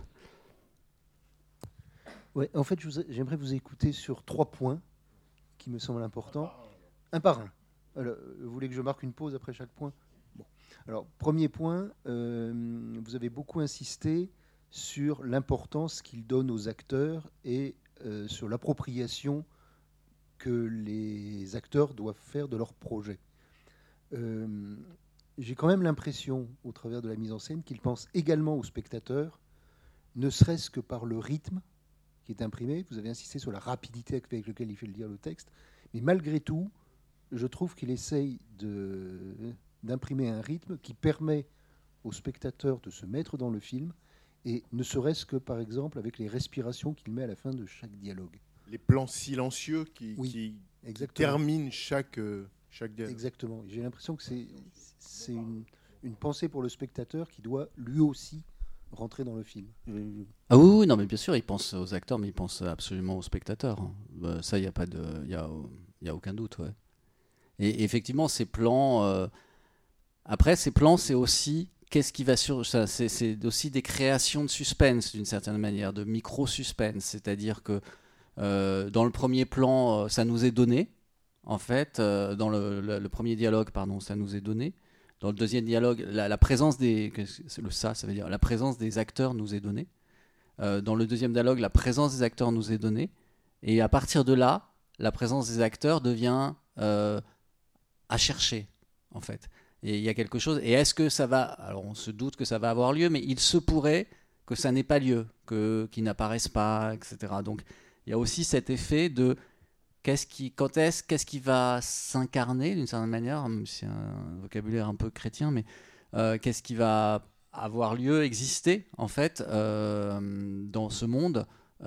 Ouais, en fait, je vous, j'aimerais vous écouter sur trois points qui me semblent importants. Un par un. Alors, vous voulez que je marque une pause après chaque point? Bon. Alors, premier point, euh, vous avez beaucoup insisté sur l'importance qu'ils donnent aux acteurs et euh, sur l'appropriation que les acteurs doivent faire de leur projet. Euh, j'ai quand même l'impression, au travers de la mise en scène, qu'ils pensent également aux spectateurs, ne serait-ce que par le rythme qui est imprimé. Vous avez insisté sur la rapidité avec laquelle il fait lire le texte. Mais malgré tout, je trouve qu'il essaye de, d'imprimer un rythme qui permet aux spectateurs de se mettre dans le film, et ne serait-ce que, par exemple, avec les respirations qu'il met à la fin de chaque dialogue. Les plans silencieux qui, Oui, qui, qui exactement. terminent chaque, euh, chaque dialogue. Exactement. J'ai l'impression que c'est, c'est une, une pensée pour le spectateur qui doit lui aussi rentrer dans le film. Je... Ah oui, oui, non, mais bien sûr, ils pensent aux acteurs, mais ils pensent absolument aux spectateurs. Hein. Bah, ça, il n'y a pas de, il y a, il y a aucun doute, ouais. Et effectivement, ces plans. Euh... Après, ces plans, c'est aussi qu'est-ce qui va sur. Ça, c'est, c'est aussi des créations de suspense d'une certaine manière, de micro-suspense. C'est-à-dire que euh, dans le premier plan, ça nous est donné. En fait, euh, dans le, le, le premier dialogue, pardon, ça nous est donné. Dans le deuxième dialogue, la, la présence des. Le ça, ça veut dire la présence des acteurs nous est donnée. Euh, dans le deuxième dialogue, la présence des acteurs nous est donnée. Et à partir de là, la présence des acteurs devient euh, à chercher, en fait. Et il y a quelque chose. Et est-ce que ça va. Alors, on se doute que ça va avoir lieu, mais il se pourrait que ça n'ait pas lieu, que, qu'ils n'apparaissent pas, et cetera. Donc, il y a aussi cet effet de. Qu'est-ce qui, quand est-ce, qu'est-ce qui va s'incarner d'une certaine manière, même si c'est un vocabulaire un peu chrétien, mais euh, qu'est-ce qui va avoir lieu, exister, en fait, euh, dans ce monde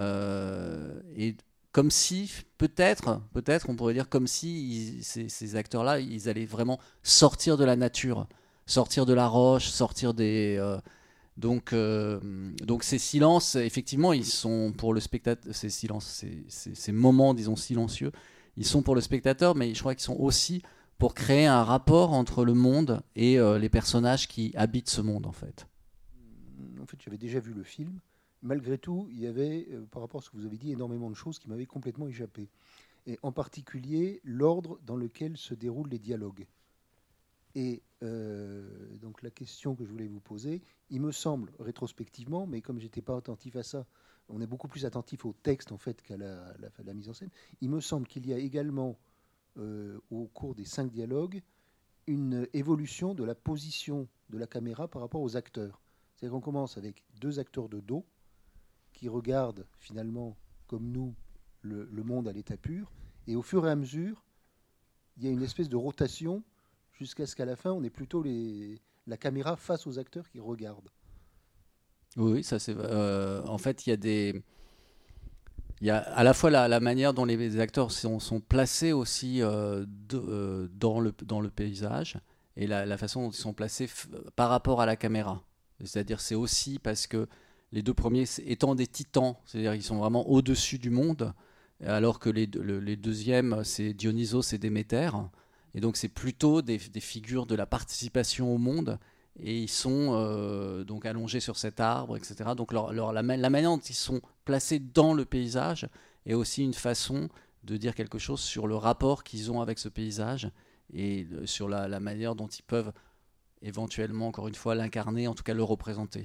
euh, et comme si, peut-être, peut-être, on pourrait dire comme si ils, ces, ces acteurs-là, ils allaient vraiment sortir de la nature, sortir de la roche, sortir des... Euh, donc, euh, donc ces silences, effectivement, ils sont pour le spectateur, ces silences, ces, ces, ces moments, disons, silencieux, ils sont pour le spectateur, mais je crois qu'ils sont aussi pour créer un rapport entre le monde et euh, les personnages qui habitent ce monde, en fait. En fait, j'avais déjà vu le film. Malgré tout, il y avait, euh, par rapport à ce que vous avez dit, énormément de choses qui m'avaient complètement échappé. Et en particulier, l'ordre dans lequel se déroulent les dialogues. Et euh, donc la question que je voulais vous poser, il me semble, rétrospectivement, mais comme je n'étais pas attentif à ça, on est beaucoup plus attentif au texte en fait qu'à la, la, la mise en scène, il me semble qu'il y a également, euh, au cours des cinq dialogues, une évolution de la position de la caméra par rapport aux acteurs. C'est-à-dire qu'on commence avec deux acteurs de dos, qui regardent finalement, comme nous, le, le monde à l'état pur, et au fur et à mesure, il y a une espèce de rotation jusqu'à ce qu'à la fin, on ait plutôt les, la caméra face aux acteurs qui regardent. Oui, oui, ça c'est. Euh, en fait, il y a des. Il y a à la fois la, la manière dont les acteurs sont, sont placés aussi euh, de, euh, dans, le, dans le paysage et la, la façon dont ils sont placés f- par rapport à la caméra. C'est-à-dire c'est aussi parce que les deux premiers étant des titans, c'est-à-dire ils sont vraiment au-dessus du monde, alors que les, le, les deuxièmes, c'est Dionysos et Déméter. Et donc c'est plutôt des, des figures de la participation au monde, et ils sont euh, donc allongés sur cet arbre, et cetera. Donc leur, leur, la, la manière dont ils sont placés dans le paysage est aussi une façon de dire quelque chose sur le rapport qu'ils ont avec ce paysage, et sur la, la manière dont ils peuvent éventuellement, encore une fois, l'incarner, en tout cas le représenter.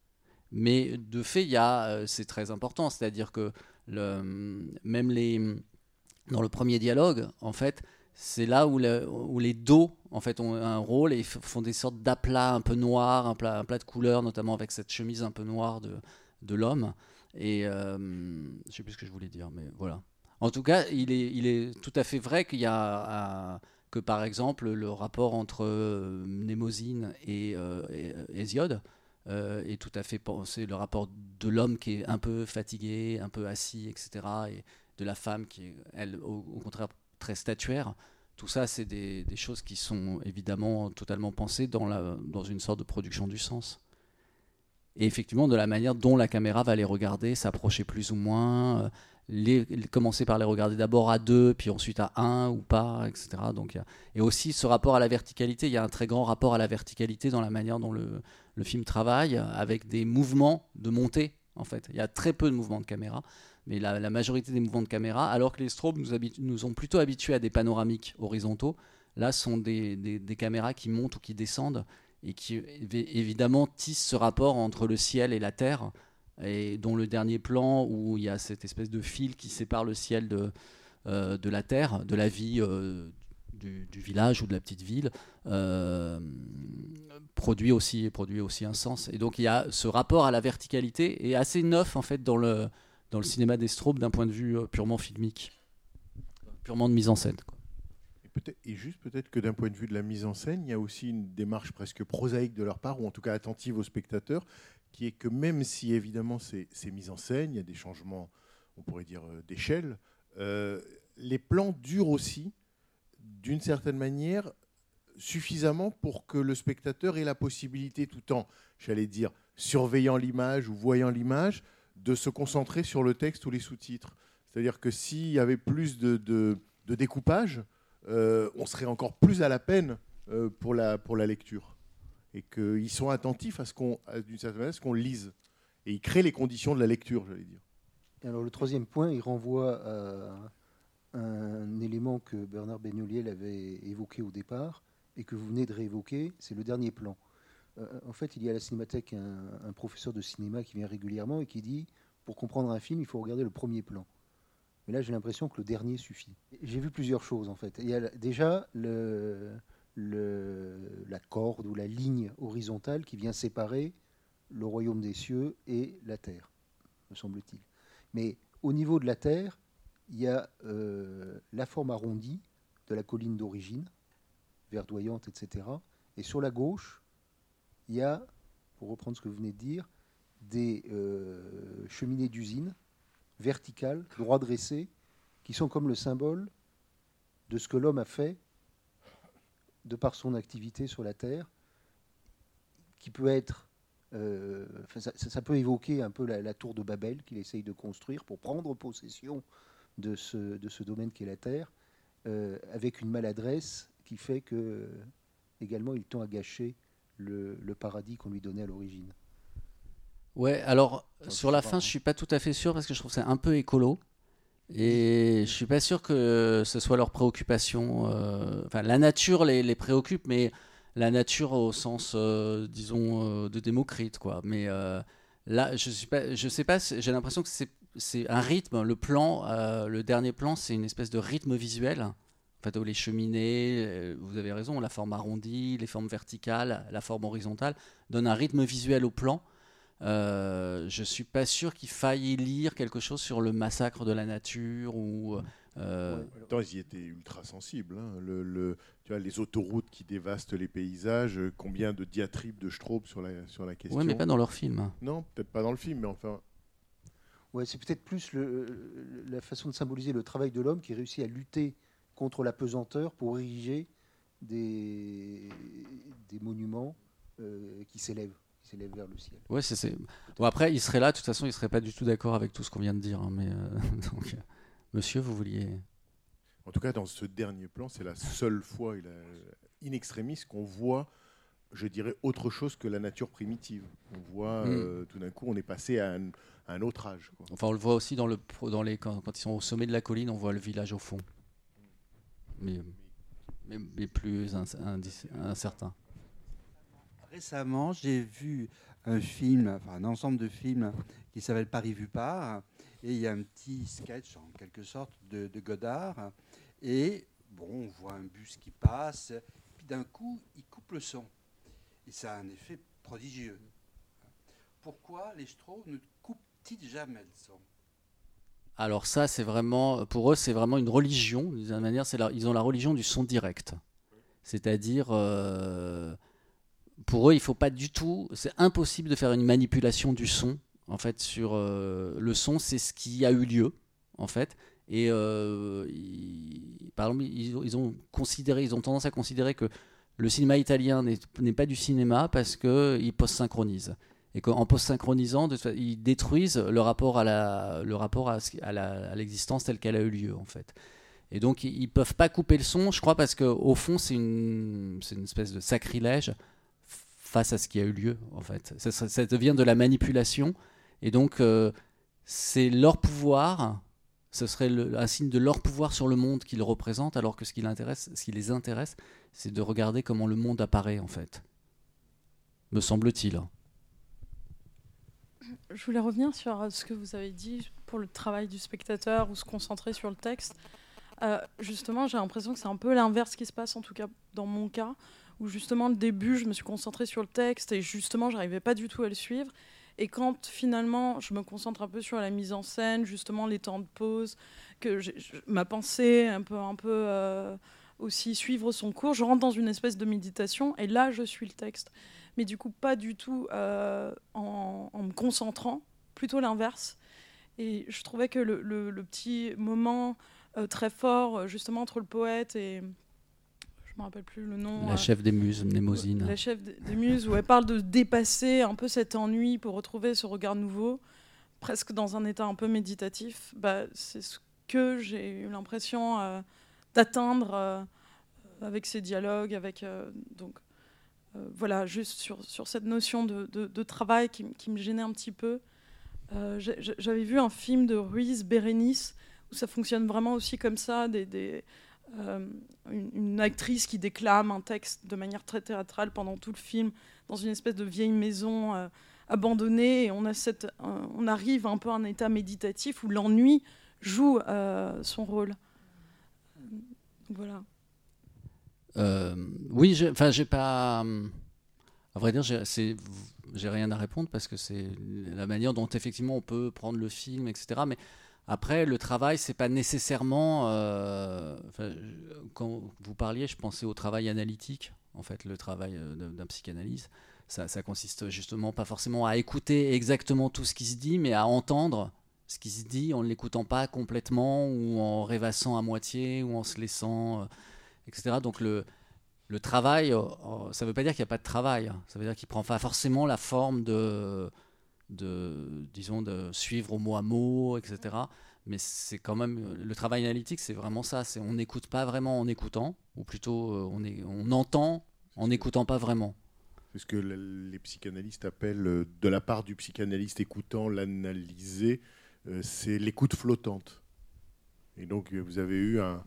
Mais de fait, il y a, euh, c'est très important, c'est-à-dire que le, même les, dans le premier dialogue, en fait, c'est là où, le, où les dos en fait, ont un rôle et f- font des sortes d'aplats un peu noirs, un plat, un plat de couleurs, notamment avec cette chemise un peu noire de, de l'homme. Et euh, je ne sais plus ce que je voulais dire, mais voilà. En tout cas, il est, il est tout à fait vrai qu'il y a... Un, que par exemple le rapport entre euh, Mnémosyne et, euh, et Hésiode euh, est tout à fait pensé, le rapport de l'homme qui est un peu fatigué, un peu assis, et cetera, et de la femme qui est, elle, au, au contraire, très statuaire. Tout ça, c'est des, des choses qui sont évidemment totalement pensées dans, la, dans une sorte de production du sens. Et effectivement, de la manière dont la caméra va les regarder, s'approcher plus ou moins, euh, Les, les, commencer par les regarder d'abord à deux, puis ensuite à un ou pas, et cetera. Donc, y a, et aussi ce rapport à la verticalité, il y a un très grand rapport à la verticalité dans la manière dont le, le film travaille, avec des mouvements de montée, en fait. Il y a très peu de mouvements de caméra, mais la, la majorité des mouvements de caméra, alors que les strobes nous, habitu- nous ont plutôt habitués à des panoramiques horizontaux, là sont des, des, des caméras qui montent ou qui descendent, et qui évidemment tissent ce rapport entre le ciel et la terre, et dont le dernier plan où il y a cette espèce de fil qui sépare le ciel de, euh, de la terre, de la vie euh, du, du village ou de la petite ville, euh, produit aussi, produit aussi un sens. Et donc il y a ce rapport à la verticalité est assez neuf en fait dans le, dans le cinéma des Straub d'un point de vue euh, purement filmique, purement de mise en scène, quoi. Et, peut-être, et juste peut-être que d'un point de vue de la mise en scène, il y a aussi une démarche presque prosaïque de leur part, ou en tout cas attentive aux spectateurs, qui est que même si évidemment c'est, c'est mis en scène, il y a des changements, on pourrait dire, euh, d'échelle, euh, les plans durent aussi, d'une certaine manière, suffisamment pour que le spectateur ait la possibilité, tout en, j'allais dire, surveillant l'image ou voyant l'image, de se concentrer sur le texte ou les sous-titres. C'est-à-dire que s'il y avait plus de, de, de découpage, euh, on serait encore plus à la peine euh, pour, la, pour la lecture. Et qu'ils sont attentifs à ce qu'on, à, d'une certaine manière, à ce qu'on lise. Et ils créent les conditions de la lecture, j'allais dire. Et alors le troisième point, il renvoie à un élément que Bernard Benoliel avait évoqué au départ et que vous venez de réévoquer, c'est le dernier plan. Euh, en fait, il y a à la Cinémathèque un, un professeur de cinéma qui vient régulièrement et qui dit, pour comprendre un film, il faut regarder le premier plan. Mais là, j'ai l'impression que le dernier suffit. J'ai vu plusieurs choses, en fait. Il y a déjà le... Le, la corde ou la ligne horizontale qui vient séparer le royaume des cieux et la terre, me semble-t-il. Mais au niveau de la terre, il y a euh, la forme arrondie de la colline d'origine, verdoyante, et cetera. Et sur la gauche, il y a, pour reprendre ce que vous venez de dire, des euh, cheminées d'usine verticales, droit dressées, qui sont comme le symbole de ce que l'homme a fait de par son activité sur la Terre, qui peut être, euh, ça, ça peut évoquer un peu la, la tour de Babel qu'il essaye de construire pour prendre possession de ce, de ce domaine qu'est la Terre, euh, avec une maladresse qui fait que également il tend à gâcher le, le paradis qu'on lui donnait à l'origine. Ouais, alors Enfin, sur la pas, fin, hein. je suis pas tout à fait sûr parce que je trouve ça un peu écolo. Et je suis pas sûr que ce soit leur préoccupation. euh, Enfin, la nature les, les préoccupe, mais la nature au sens, euh, disons, euh, de Démocrite, quoi. Mais euh, là, je suis pas, je sais pas. c'est- J'ai l'impression que c'est c'est un rythme. Le plan, euh, le dernier plan, c'est une espèce de rythme visuel. En fait, où les cheminées, euh, vous avez raison, la forme arrondie, les formes verticales, la forme horizontale, donnent un rythme visuel au plan. Euh, je suis pas sûr qu'il faille y lire quelque chose sur le massacre de la nature ou. euh, En même temps, ils y étaient ultra sensibles. Hein. Le, le, tu vois, les autoroutes qui dévastent les paysages, euh, combien de diatribes de Straub sur la, sur la question. Ouais, mais pas dans leur film. Non, peut-être pas dans le film, mais enfin. Ouais, c'est peut-être plus le, la façon de symboliser le travail de l'homme qui réussit à lutter contre la pesanteur pour ériger des, des monuments euh, qui s'élèvent, qui s'élève vers le ciel. Ouais, c'est, c'est... Bon, après, il serait là, de toute façon, il ne serait pas du tout d'accord avec tout ce qu'on vient de dire. Hein, mais, euh, donc, euh, monsieur, vous vouliez... En tout cas, dans ce dernier plan, c'est la seule fois, il a, in extremis, qu'on voit, je dirais, autre chose que la nature primitive. On voit, mm. euh, tout d'un coup, on est passé à un, à un autre âge, quoi. Enfin, on le voit aussi dans le, dans les, quand, quand ils sont au sommet de la colline, on voit le village au fond. Mais, mais, mais plus incertain. Récemment, j'ai vu un film, enfin un ensemble de films qui s'appelle Paris vu par, et il y a un petit sketch en quelque sorte de, de Godard, et bon, on voit un bus qui passe, puis d'un coup, il coupe le son, et ça a un effet prodigieux. Pourquoi les Strauss ne coupent-ils jamais le son ? Alors ça, c'est vraiment, pour eux, c'est vraiment une religion, d'une certaine manière, c'est la, ils ont la religion du son direct, c'est-à-dire... Euh, pour eux, il faut pas du tout, c'est impossible de faire une manipulation du son. En fait, sur euh, le son, c'est ce qui a eu lieu, en fait. Et euh, ils, par exemple, ils, ils ont considéré, ils ont tendance à considérer que le cinéma italien n'est, n'est pas du cinéma parce que ils post-synchronisent et qu'en post-synchronisant, de, ils détruisent le rapport à la, le rapport à, à, la, à l'existence telle qu'elle a eu lieu, en fait. Et donc, ils, ils peuvent pas couper le son, je crois, parce que au fond, c'est une, c'est une espèce de sacrilège face à ce qui a eu lieu, en fait. Ça, ça, ça devient de la manipulation, et donc euh, c'est leur pouvoir, ce serait le, un signe de leur pouvoir sur le monde qu'ils représentent, alors que ce qui, l'intéresse, ce qui les intéresse, c'est de regarder comment le monde apparaît, en fait. Me semble-t-il. Je voulais revenir sur ce que vous avez dit pour le travail du spectateur, ou se concentrer sur le texte. Euh, justement, j'ai l'impression que c'est un peu l'inverse qui se passe, en tout cas dans mon cas, où justement, le début, je me suis concentrée sur le texte et justement, j'arrivais pas du tout à le suivre. Et quand finalement, je me concentre un peu sur la mise en scène, justement, les temps de pause, que j'ai, je, ma pensée un peu, un peu euh, aussi suivre son cours, je rentre dans une espèce de méditation et là, je suis le texte. Mais du coup, pas du tout euh, en, en me concentrant, plutôt l'inverse. Et je trouvais que le, le, le petit moment euh, très fort, justement, entre le poète et... je me rappelle plus le nom. La euh, chef des muses, Mnémosyne. La chef des, des muses, où elle parle de dépasser un peu cet ennui pour retrouver ce regard nouveau, presque dans un état un peu méditatif. Bah, c'est ce que j'ai eu l'impression euh, d'atteindre euh, avec ces dialogues, avec euh, donc euh, voilà, juste sur, sur cette notion de, de, de travail qui, qui me gênait un petit peu. Euh, j'avais vu un film de Ruiz Bérénice où ça fonctionne vraiment aussi comme ça, des, des Euh, une, une actrice qui déclame un texte de manière très théâtrale pendant tout le film dans une espèce de vieille maison euh, abandonnée, et on, a cette, euh, on arrive un peu à un état méditatif où l'ennui joue euh, son rôle. Donc, voilà. Euh, oui, j'ai, enfin, j'ai pas. À vrai dire, j'ai, c'est, j'ai rien à répondre parce que c'est la manière dont effectivement on peut prendre le film, et cetera. Mais après, le travail, c'est pas nécessairement. Euh, quand vous parliez, je pensais au travail analytique. En fait, le travail d'un psychanalyste, ça, ça consiste justement pas forcément à écouter exactement tout ce qui se dit, mais à entendre ce qui se dit en ne l'écoutant pas complètement ou en rêvassant à moitié ou en se laissant, et cetera. Donc le le travail, ça ne veut pas dire qu'il n'y a pas de travail. Ça veut dire qu'il prend pas forcément la forme de de, disons, de suivre au mot à mot, et cetera. Mais c'est quand même, le travail analytique, c'est vraiment ça. C'est, on n'écoute pas vraiment en écoutant, ou plutôt on, est, on entend en n'écoutant pas vraiment. C'est ce que les psychanalystes appellent, de la part du psychanalyste écoutant l'analyser, euh, c'est l'écoute flottante. Et donc vous avez eu un,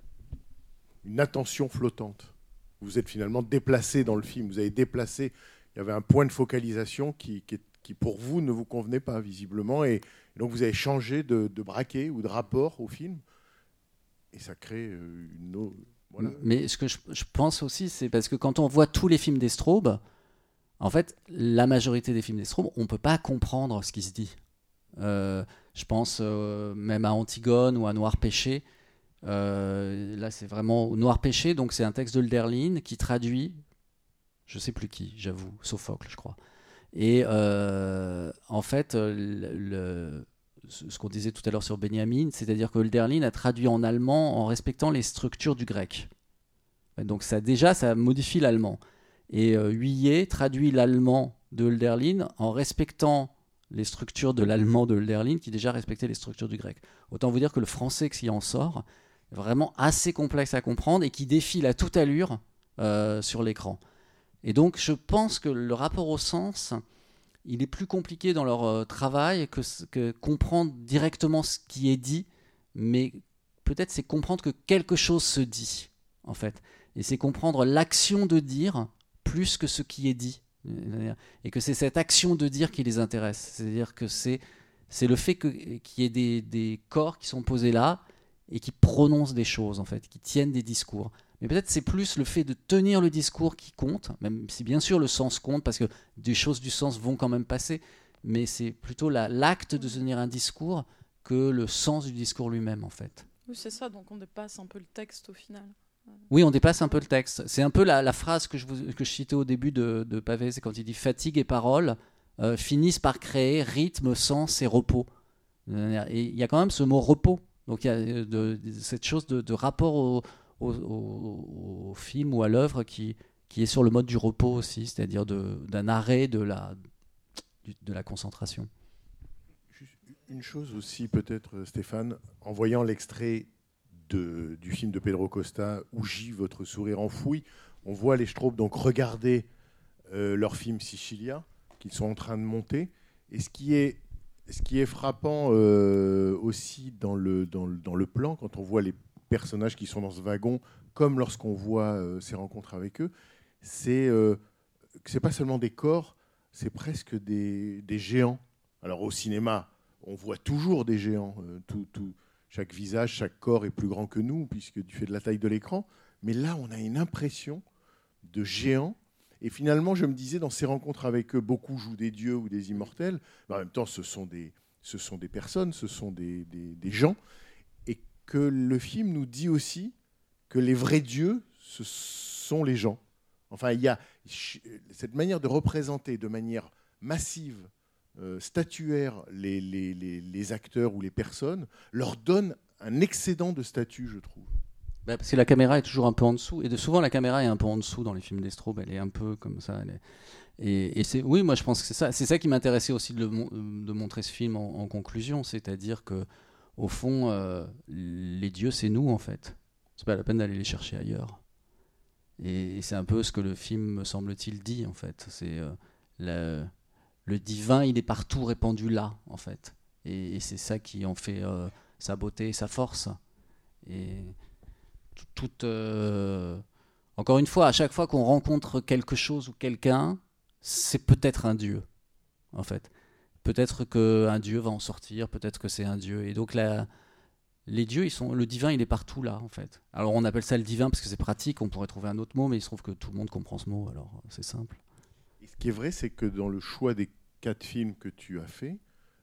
une attention flottante. Vous êtes finalement déplacé dans le film. Vous avez déplacé, il y avait un point de focalisation qui, qui est qui pour vous ne vous convenait pas visiblement, et, et donc vous avez changé de, de braquet ou de rapport au film, et ça crée une autre... Voilà. Mais ce que je, je pense aussi, c'est parce que quand on voit tous les films d'Estraube, en fait, la majorité des films d'Estraube, on ne peut pas comprendre ce qui se dit. Euh, je pense euh, même à Antigone ou à Noir Péché. Euh, là, c'est vraiment Noir Péché, donc c'est un texte de Hölderlin qui traduit, je ne sais plus qui, j'avoue, Sophocle, je crois. Et euh, en fait, le, le, ce qu'on disait tout à l'heure sur Benjamin, c'est-à-dire que Hölderlin a traduit en allemand en respectant les structures du grec. Donc ça, déjà, ça modifie l'allemand. Et euh, Huillet traduit l'allemand de Hölderlin en respectant les structures de l'allemand de Hölderlin qui déjà respectait les structures du grec. Autant vous dire que le français qui en sort est vraiment assez complexe à comprendre et qui défile à toute allure euh, sur l'écran. Et donc je pense que le rapport au sens, il est plus compliqué dans leur euh, travail que, que comprendre directement ce qui est dit, mais peut-être c'est comprendre que quelque chose se dit, en fait. Et c'est comprendre l'action de dire plus que ce qui est dit. Et que c'est cette action de dire qui les intéresse. C'est-à-dire que c'est, c'est le fait que, qu'il y ait des, des corps qui sont posés là et qui prononcent des choses, en fait, qui tiennent des discours. Mais peut-être c'est plus le fait de tenir le discours qui compte, même si bien sûr le sens compte, parce que des choses du sens vont quand même passer, mais c'est plutôt la, l'acte de tenir un discours que le sens du discours lui-même, en fait. Oui, c'est ça, donc on dépasse un peu le texte au final. Oui, on dépasse un peu le texte. C'est un peu la, la phrase que je, vous, que je citais au début de, de Pavé, c'est quand il dit « fatigue et parole euh, finissent par créer rythme, sens et repos ». Et il y a quand même ce mot « repos ». Donc il y a de, de, cette chose de, de rapport au, au, au, au film ou à l'œuvre qui, qui est sur le mode du repos aussi, c'est-à-dire de, d'un arrêt de la, de la concentration. Juste une chose aussi peut-être, Stéphane, en voyant l'extrait De, du film de Pedro Costa, Ouji, votre sourire enfoui, on voit les Straub donc regarder euh, leur film Sicilia qu'ils sont en train de monter. Et ce qui est, ce qui est frappant euh, aussi dans le, dans, le, dans le plan, quand on voit les personnages qui sont dans ce wagon, comme lorsqu'on voit euh, ces rencontres avec eux, c'est euh, que c'est pas seulement des corps, c'est presque des, des géants. Alors au cinéma, on voit toujours des géants, euh, tout, tout chaque visage, chaque corps est plus grand que nous, puisque du fait de la taille de l'écran. Mais là, on a une impression de géant. Et finalement, je me disais, dans ces rencontres avec eux, beaucoup jouent des dieux ou des immortels. Mais en même temps, ce sont des, ce sont des personnes, ce sont des, des, des gens. Et que le film nous dit aussi que les vrais dieux, ce sont les gens. Enfin, il y a cette manière de représenter de manière massive, Euh, statuaire les, les, les, les acteurs ou les personnes, leur donne un excédent de statut, je trouve. Bah parce que la caméra est toujours un peu en dessous, et de, souvent la caméra est un peu en dessous dans les films des Straub, elle est un peu comme ça. Elle est, et, et c'est, oui, moi je pense que c'est ça, c'est ça qui m'intéressait aussi de, le, de montrer ce film en, en conclusion, c'est-à-dire que au fond, euh, les dieux c'est nous en fait. C'est pas la peine d'aller les chercher ailleurs. Et, et c'est un peu ce que le film, me semble-t-il, dit en fait. C'est euh, la Le divin, il est partout répandu là, en fait. Et, et c'est ça qui en fait euh, sa beauté et sa force. Et tout, tout, euh... encore une fois, à chaque fois qu'on rencontre quelque chose ou quelqu'un, c'est peut-être un dieu, en fait. Peut-être qu'un dieu va en sortir, peut-être que c'est un dieu. Et donc, la, les dieux, ils sont, le divin, il est partout là, en fait. Alors, on appelle ça le divin parce que c'est pratique, on pourrait trouver un autre mot, mais il se trouve que tout le monde comprend ce mot, alors c'est simple. Et ce qui est vrai, c'est que dans le choix des quatre films que tu as fait,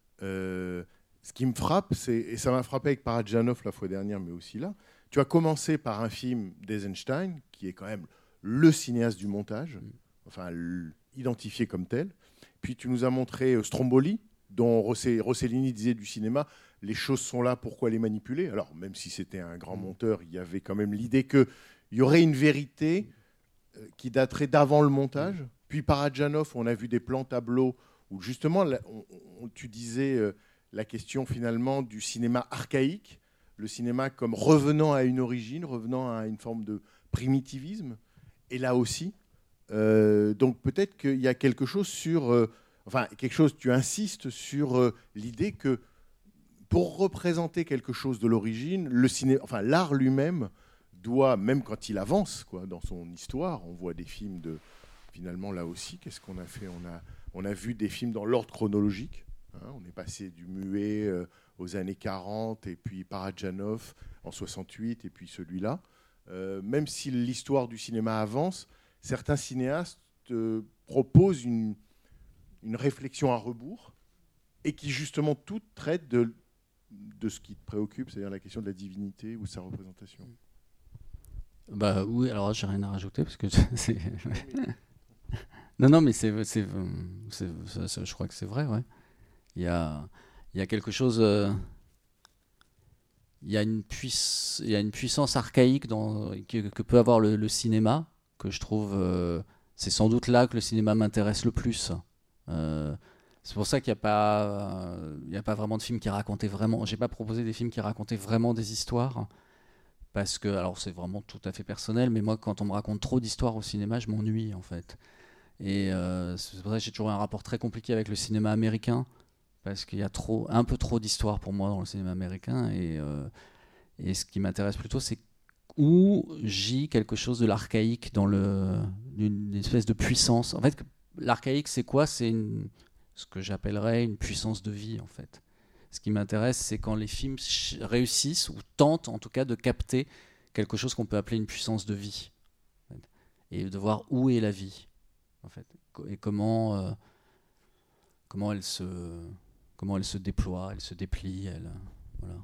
euh, ce qui me frappe, c'est, et ça m'a frappé avec Parajanov la fois dernière, mais aussi là, tu as commencé par un film d'Eisenstein, qui est quand même le cinéaste du montage, enfin identifié comme tel. Puis tu nous as montré Stromboli, dont Rossellini disait du cinéma, les choses sont là, pourquoi les manipuler? Alors même si c'était un grand monteur, il y avait quand même l'idée qu'il y aurait une vérité qui daterait d'avant le montage. Puis Parajanov, on a vu des plans tableaux où justement, on, on, tu disais euh, la question finalement du cinéma archaïque, le cinéma comme revenant à une origine, revenant à une forme de primitivisme. Et là aussi, euh, donc peut-être qu'il y a quelque chose sur, euh, enfin quelque chose, tu insistes sur euh, l'idée que pour représenter quelque chose de l'origine, le ciné, enfin l'art lui-même doit, même quand il avance quoi, dans son histoire, on voit des films de finalement, là aussi, qu'est-ce qu'on a fait ? on a, on a vu des films dans l'ordre chronologique. Hein, on est passé du muet euh, aux années quarante, et puis Parajanov en soixante-huit, et puis celui-là. Euh, même si l'histoire du cinéma avance, certains cinéastes euh, proposent une, une réflexion à rebours, et qui justement toutes traitent de, de ce qui te préoccupe, c'est-à-dire la question de la divinité ou de sa représentation. Bah oui, alors j'ai rien à rajouter, parce que c'est... Non, non, mais c'est, c'est, c'est, c'est, c'est, je crois que c'est vrai, ouais. Il y a, il y a quelque chose... Euh, il, y a une puiss, il y a une puissance archaïque dans, que, que peut avoir le, le cinéma, que je trouve... Euh, c'est sans doute là que le cinéma m'intéresse le plus. Euh, c'est pour ça qu'il n'y a pas, il n'y a pas vraiment de films qui racontaient vraiment. J'ai pas proposé des films qui racontaient vraiment des histoires. Parce que, alors c'est vraiment tout à fait personnel, mais moi quand on me raconte trop d'histoires au cinéma, je m'ennuie en fait. Et euh, c'est pour ça que j'ai toujours un rapport très compliqué avec le cinéma américain, parce qu'il y a trop, un peu trop d'histoires pour moi dans le cinéma américain. Et, euh, et ce qui m'intéresse plutôt, c'est où gît quelque chose de l'archaïque, dans le, une, une espèce de puissance. En fait, l'archaïque c'est quoi? C'est une, ce que j'appellerais une puissance de vie en fait. Ce qui m'intéresse, c'est quand les films réussissent, ou tentent en tout cas de capter quelque chose qu'on peut appeler une puissance de vie. En fait. Et de voir où est la vie, en fait. Et comment, euh, comment, elle se, comment elle se déploie, elle se déplie. Elle, voilà.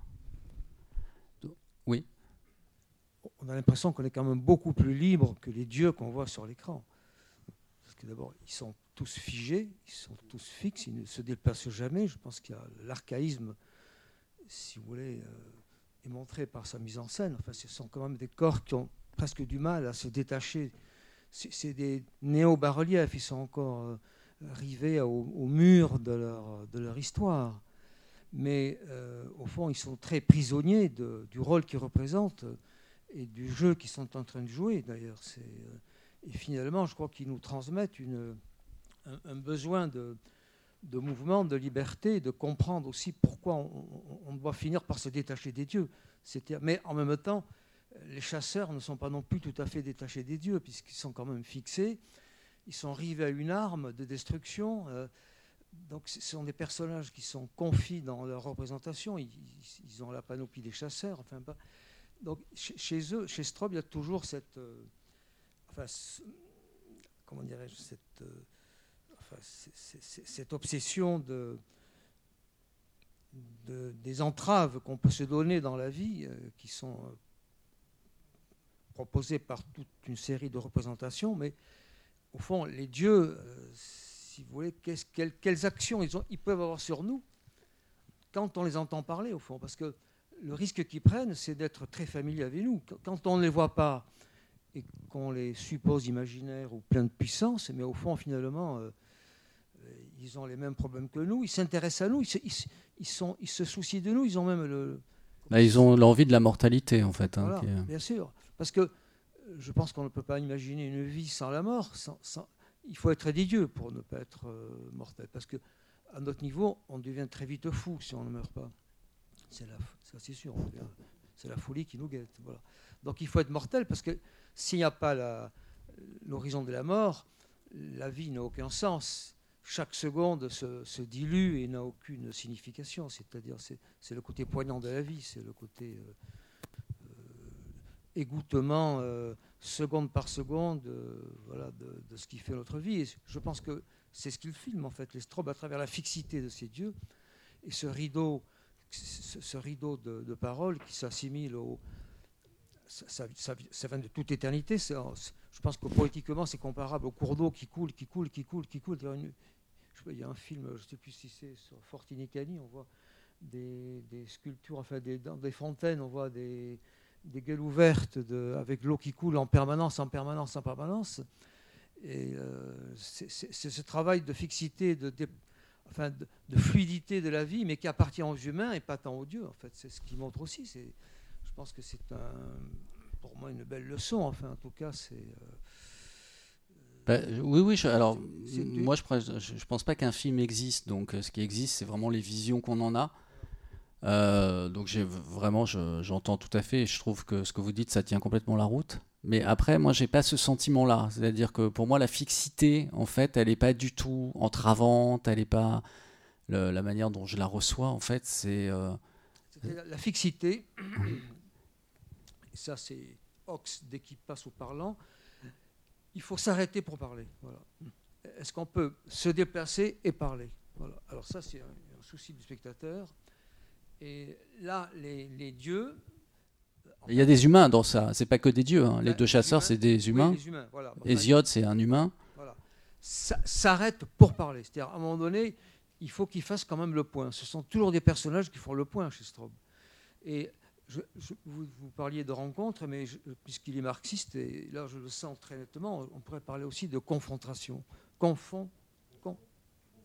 Oui. On a l'impression qu'on est quand même beaucoup plus libre que les dieux qu'on voit sur l'écran. Parce que d'abord, ils sont tous figés, ils sont tous fixes, ils ne se déplacent jamais. Je pense qu'il y a l'archaïsme, si vous voulez, euh, est montré par sa mise en scène. Enfin, ce sont quand même des corps qui ont presque du mal à se détacher. C'est, c'est des néo-bas-reliefs, ils sont encore euh, rivés au, au mur de leur, de leur histoire. Mais euh, au fond, ils sont très prisonniers de, du rôle qu'ils représentent et du jeu qu'ils sont en train de jouer, d'ailleurs. C'est, euh, et finalement, je crois qu'ils nous transmettent une... Un, un besoin de, de mouvement, de liberté, de comprendre aussi pourquoi on, on, on doit finir par se détacher des dieux. C'était, mais en même temps, les chasseurs ne sont pas non plus tout à fait détachés des dieux, puisqu'ils sont quand même fixés, ils sont rivés à une arme de destruction. Euh, donc ce sont des personnages qui sont confis dans leur représentation, ils, ils ont la panoplie des chasseurs. Enfin, pas, donc chez, chez eux, chez Straub, il y a toujours cette... Euh, enfin, ce, comment dirais-je cette... Euh, Enfin, c'est, c'est, c'est cette obsession de, de, des entraves qu'on peut se donner dans la vie, euh, qui sont euh, proposées par toute une série de représentations, mais au fond, les dieux, euh, si vous voulez, quelles, quelles actions ils, ont, ils peuvent avoir sur nous quand on les entend parler, au fond, parce que le risque qu'ils prennent, c'est d'être très familiers avec nous. Quand on ne les voit pas et qu'on les suppose imaginaires ou pleins de puissance, mais au fond, finalement... Euh, ils ont les mêmes problèmes que nous, ils s'intéressent à nous, ils se, ils, ils sont, ils se soucient de nous, ils ont même le... Là, ils ont l'envie de la mortalité, en fait. Hein, voilà, qui est... bien sûr. Parce que je pense qu'on ne peut pas imaginer une vie sans la mort. Sans, sans... Il faut être des dieux pour ne pas être euh, mortel. Parce qu'à notre niveau, on devient très vite fou si on ne meurt pas. C'est la, ça, c'est sûr. On devient, c'est la folie qui nous guette. Voilà. Donc il faut être mortel, parce que s'il n'y a pas la, l'horizon de la mort, la vie n'a aucun sens. Chaque seconde se, se dilue et n'a aucune signification. C'est-à-dire, c'est, c'est le côté poignant de la vie, c'est le côté euh, euh, égouttement, euh, seconde par seconde, euh, voilà, de, de ce qui fait notre vie. Et je pense que c'est ce qu'il filme, en fait, les Straub, à travers la fixité de ces dieux et ce rideau, ce, ce rideau de, de paroles qui s'assimile au... Ça, ça, ça, ça vient de toute éternité. C'est, je pense que poétiquement, c'est comparable au cours d'eau qui coule, qui coule, qui coule, qui coule. Une, il y a un film, je ne sais plus si c'est sur Fortinicani, on voit des, des sculptures, enfin des, dans des fontaines, on voit des, des gueules ouvertes de, avec l'eau qui coule en permanence, en permanence, en permanence. Et euh, c'est, c'est, c'est ce travail de fixité, de, de, enfin de, de fluidité de la vie, mais qui appartient aux humains et pas tant aux dieux. En fait, c'est ce qui montre aussi. C'est, je pense que c'est un, pour moi une belle leçon. Enfin, en tout cas, c'est. Euh, Bah, oui, oui. Je, alors, c'est, c'est moi, je ne pense pas qu'un film existe. Donc, ce qui existe, c'est vraiment les visions qu'on en a. Euh, donc, j'ai vraiment, je, j'entends tout à fait. Et je trouve que ce que vous dites, ça tient complètement la route. Mais après, moi, j'ai pas ce sentiment-là. C'est-à-dire que pour moi, la fixité, en fait, elle n'est pas du tout entravante. Elle n'est pas le, la manière dont je la reçois. En fait, c'est euh... la, la fixité. Et ça, c'est Ox dès qu'il passe au parlant. Il faut s'arrêter pour parler. Voilà. Est-ce qu'on peut se déplacer et parler? Voilà. Alors ça, c'est un, un souci du spectateur. Et là, les, les dieux... Il y a des humains dans ça. C'est pas que des dieux. Hein. Les deux chasseurs, humains, c'est des humains. Oui, les humains, voilà. Hésiode, c'est un humain. Voilà. Ça s'arrête pour parler. C'est-à-dire, à un moment donné, il faut qu'ils fassent quand même le point. Ce sont toujours des personnages qui font le point chez Straub. Et... Je, je, vous, vous parliez de rencontre, mais je, puisqu'il est marxiste, et là je le sens très nettement, on pourrait parler aussi de confrontation. Confond, con,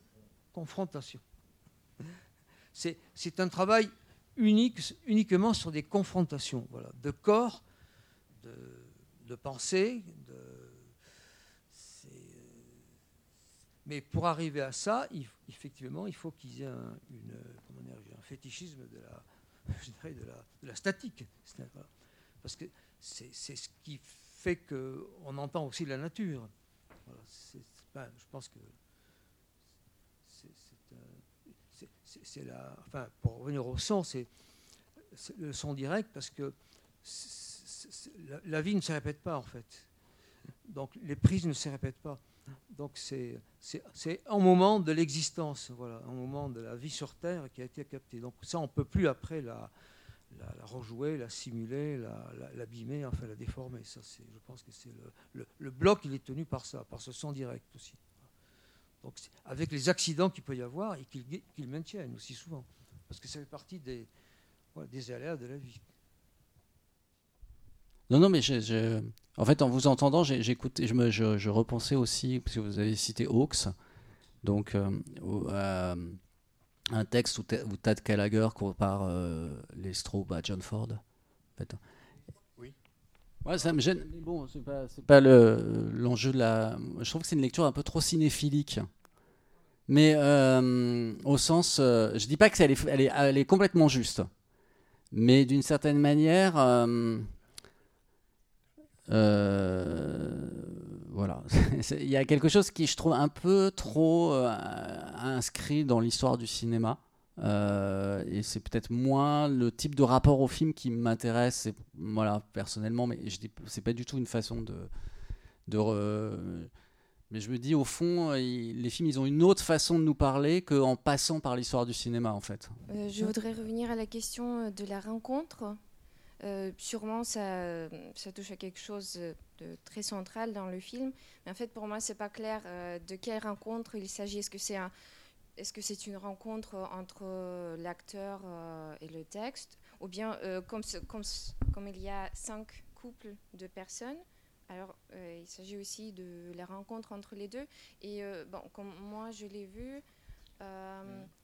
confrontation. C'est, c'est un travail unique, uniquement sur des confrontations, voilà, de corps, de, de pensée. De, c'est, mais pour arriver à ça, il, effectivement, il faut qu'ils aient un, une, comment dire, un fétichisme de la, je dirais de la, de la statique. Parce que c'est, c'est ce qui fait qu'on entend aussi la nature. Voilà, c'est, c'est pas, je pense que c'est, c'est, euh, c'est, c'est, c'est la, enfin, pour revenir au son, c'est, c'est le son direct parce que c'est, c'est, c'est, la, la vie ne se répète pas en fait. Donc les prises ne se répètent pas. Donc c'est, c'est, c'est un moment de l'existence, voilà, un moment de la vie sur Terre qui a été capté. Donc ça, on ne peut plus après la, la, la rejouer, la simuler, la, la, l'abîmer, enfin la déformer. Ça, c'est, je pense que c'est le, le, le bloc, il est tenu par ça, par ce son direct aussi. Donc avec les accidents qu'il peut y avoir et qu'ils, qu'ils maintiennent aussi souvent, parce que ça fait partie des, voilà, des aléas de la vie. Non, non, mais je, je... en fait, en vous entendant, j'ai, j'écoutais, je, me, je, je repensais aussi, parce que vous avez cité Hawks, donc euh, euh, un texte où, où Tad Gallagher compare euh, les Straub à John Ford. En fait. Oui. Ouais, ça me gêne, mais bon, c'est pas, c'est pas le, l'enjeu de la. Je trouve que c'est une lecture un peu trop cinéphilique. Mais euh, au sens. Euh, je dis pas que c'est, elle, est, elle, est, elle est complètement juste, mais d'une certaine manière. Euh, Euh, voilà, il y a quelque chose qui je trouve un peu trop euh, inscrit dans l'histoire du cinéma euh, et c'est peut-être moins le type de rapport au film qui m'intéresse, et, voilà, personnellement, mais je dis, c'est pas du tout une façon de, de re... mais je me dis au fond il, les films ils ont une autre façon de nous parler qu'en passant par l'histoire du cinéma en fait. Euh, je voudrais revenir à la question de la rencontre. Euh, sûrement, ça, ça touche à quelque chose de très central dans le film. Mais en fait, pour moi, c'est pas clair euh, de quelle rencontre il s'agit. Est-ce que c'est un, est-ce que c'est une rencontre entre l'acteur euh, et le texte, ou bien euh, comme, comme, comme il y a cinq couples de personnes, alors euh, il s'agit aussi de la rencontre entre les deux. Et euh, bon, comme moi je l'ai vu. Euh, mm.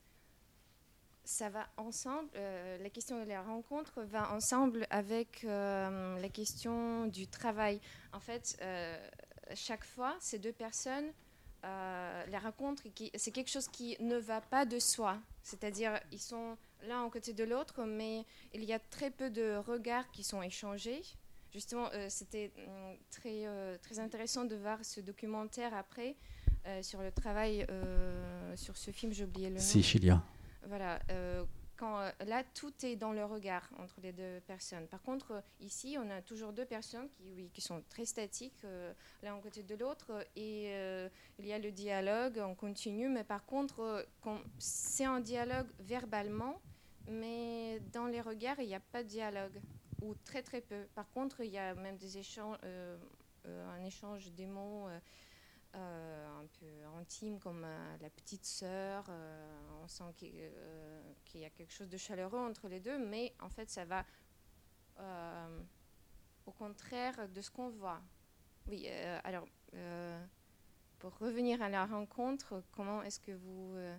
Ça va ensemble, euh, la question de la rencontre va ensemble avec euh, la question du travail. En fait, euh, chaque fois, ces deux personnes, euh, la rencontre, qui, c'est quelque chose qui ne va pas de soi. C'est-à-dire, ils sont l'un à côté de l'autre, mais il y a très peu de regards qui sont échangés. Justement, euh, c'était euh, très, euh, très intéressant de voir ce documentaire après euh, sur le travail, euh, sur ce film, j'ai oublié le nom. Sicilia. Voilà, euh, quand, euh, là, tout est dans le regard entre les deux personnes. Par contre, euh, ici, on a toujours deux personnes qui, oui, qui sont très statiques, euh, l'un à côté de l'autre, et euh, il y a le dialogue en continu, mais par contre, euh, quand c'est un dialogue verbalement, mais dans les regards, il n'y a pas de dialogue, ou très très peu. Par contre, il y a même des échanges, euh, euh, un échange des mots, euh, Euh, un peu intime, comme euh, la petite sœur. Euh, on sent qu'il, euh, qu'il y a quelque chose de chaleureux entre les deux, mais en fait, ça va euh, au contraire de ce qu'on voit. Oui, euh, alors, euh, pour revenir à la rencontre, comment est-ce que vous euh,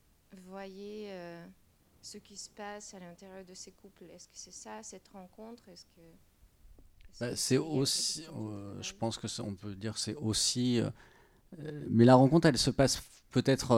voyez euh, ce qui se passe à l'intérieur de ces couples? Est-ce que c'est ça, cette rencontre? Est-ce que, est-ce bah, que c'est aussi, euh, je pense que c'est, on peut dire c'est aussi... Euh, mais la rencontre, elle se passe peut-être,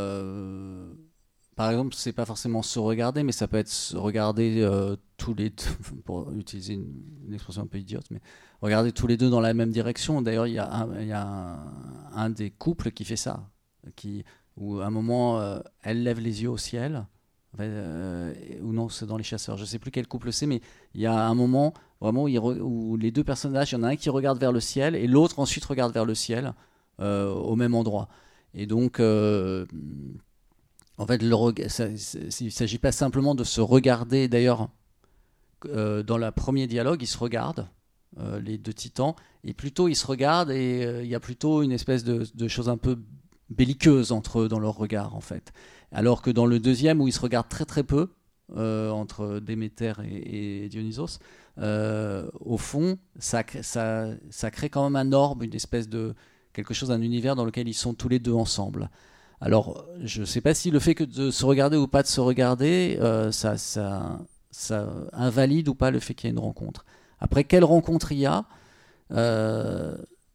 euh, par exemple, c'est pas forcément se regarder, mais ça peut être se regarder euh, tous les deux, pour utiliser une, une expression un peu idiote, mais regarder tous les deux dans la même direction. D'ailleurs, il y a un, il y a un, un des couples qui fait ça, qui, où à un moment, euh, elle lève les yeux au ciel, euh, ou non, c'est dans Les Chasseurs, je sais plus quel couple c'est, mais il y a un moment vraiment où, il re, où les deux personnages, il y en a un qui regarde vers le ciel et l'autre ensuite regarde vers le ciel. Euh, au même endroit. Et donc, euh, en fait, le reg- ça, il ne s'agit pas simplement de se regarder. D'ailleurs, euh, dans le premier dialogue, ils se regardent, euh, les deux titans, et plutôt ils se regardent, et il euh, y a plutôt une espèce de, de chose un peu belliqueuse entre eux dans leur regard, en fait. Alors que dans le deuxième, où ils se regardent très très peu, euh, entre Déméter et, et Dionysos, euh, au fond, ça, ça, ça crée quand même un orbe, une espèce de quelque chose, un univers dans lequel ils sont tous les deux ensemble. Alors, je ne sais pas si le fait que de se regarder ou pas de se regarder, euh, ça, ça, ça invalide ou pas le fait qu'il y ait une rencontre. Après, quelle rencontre il y a euh,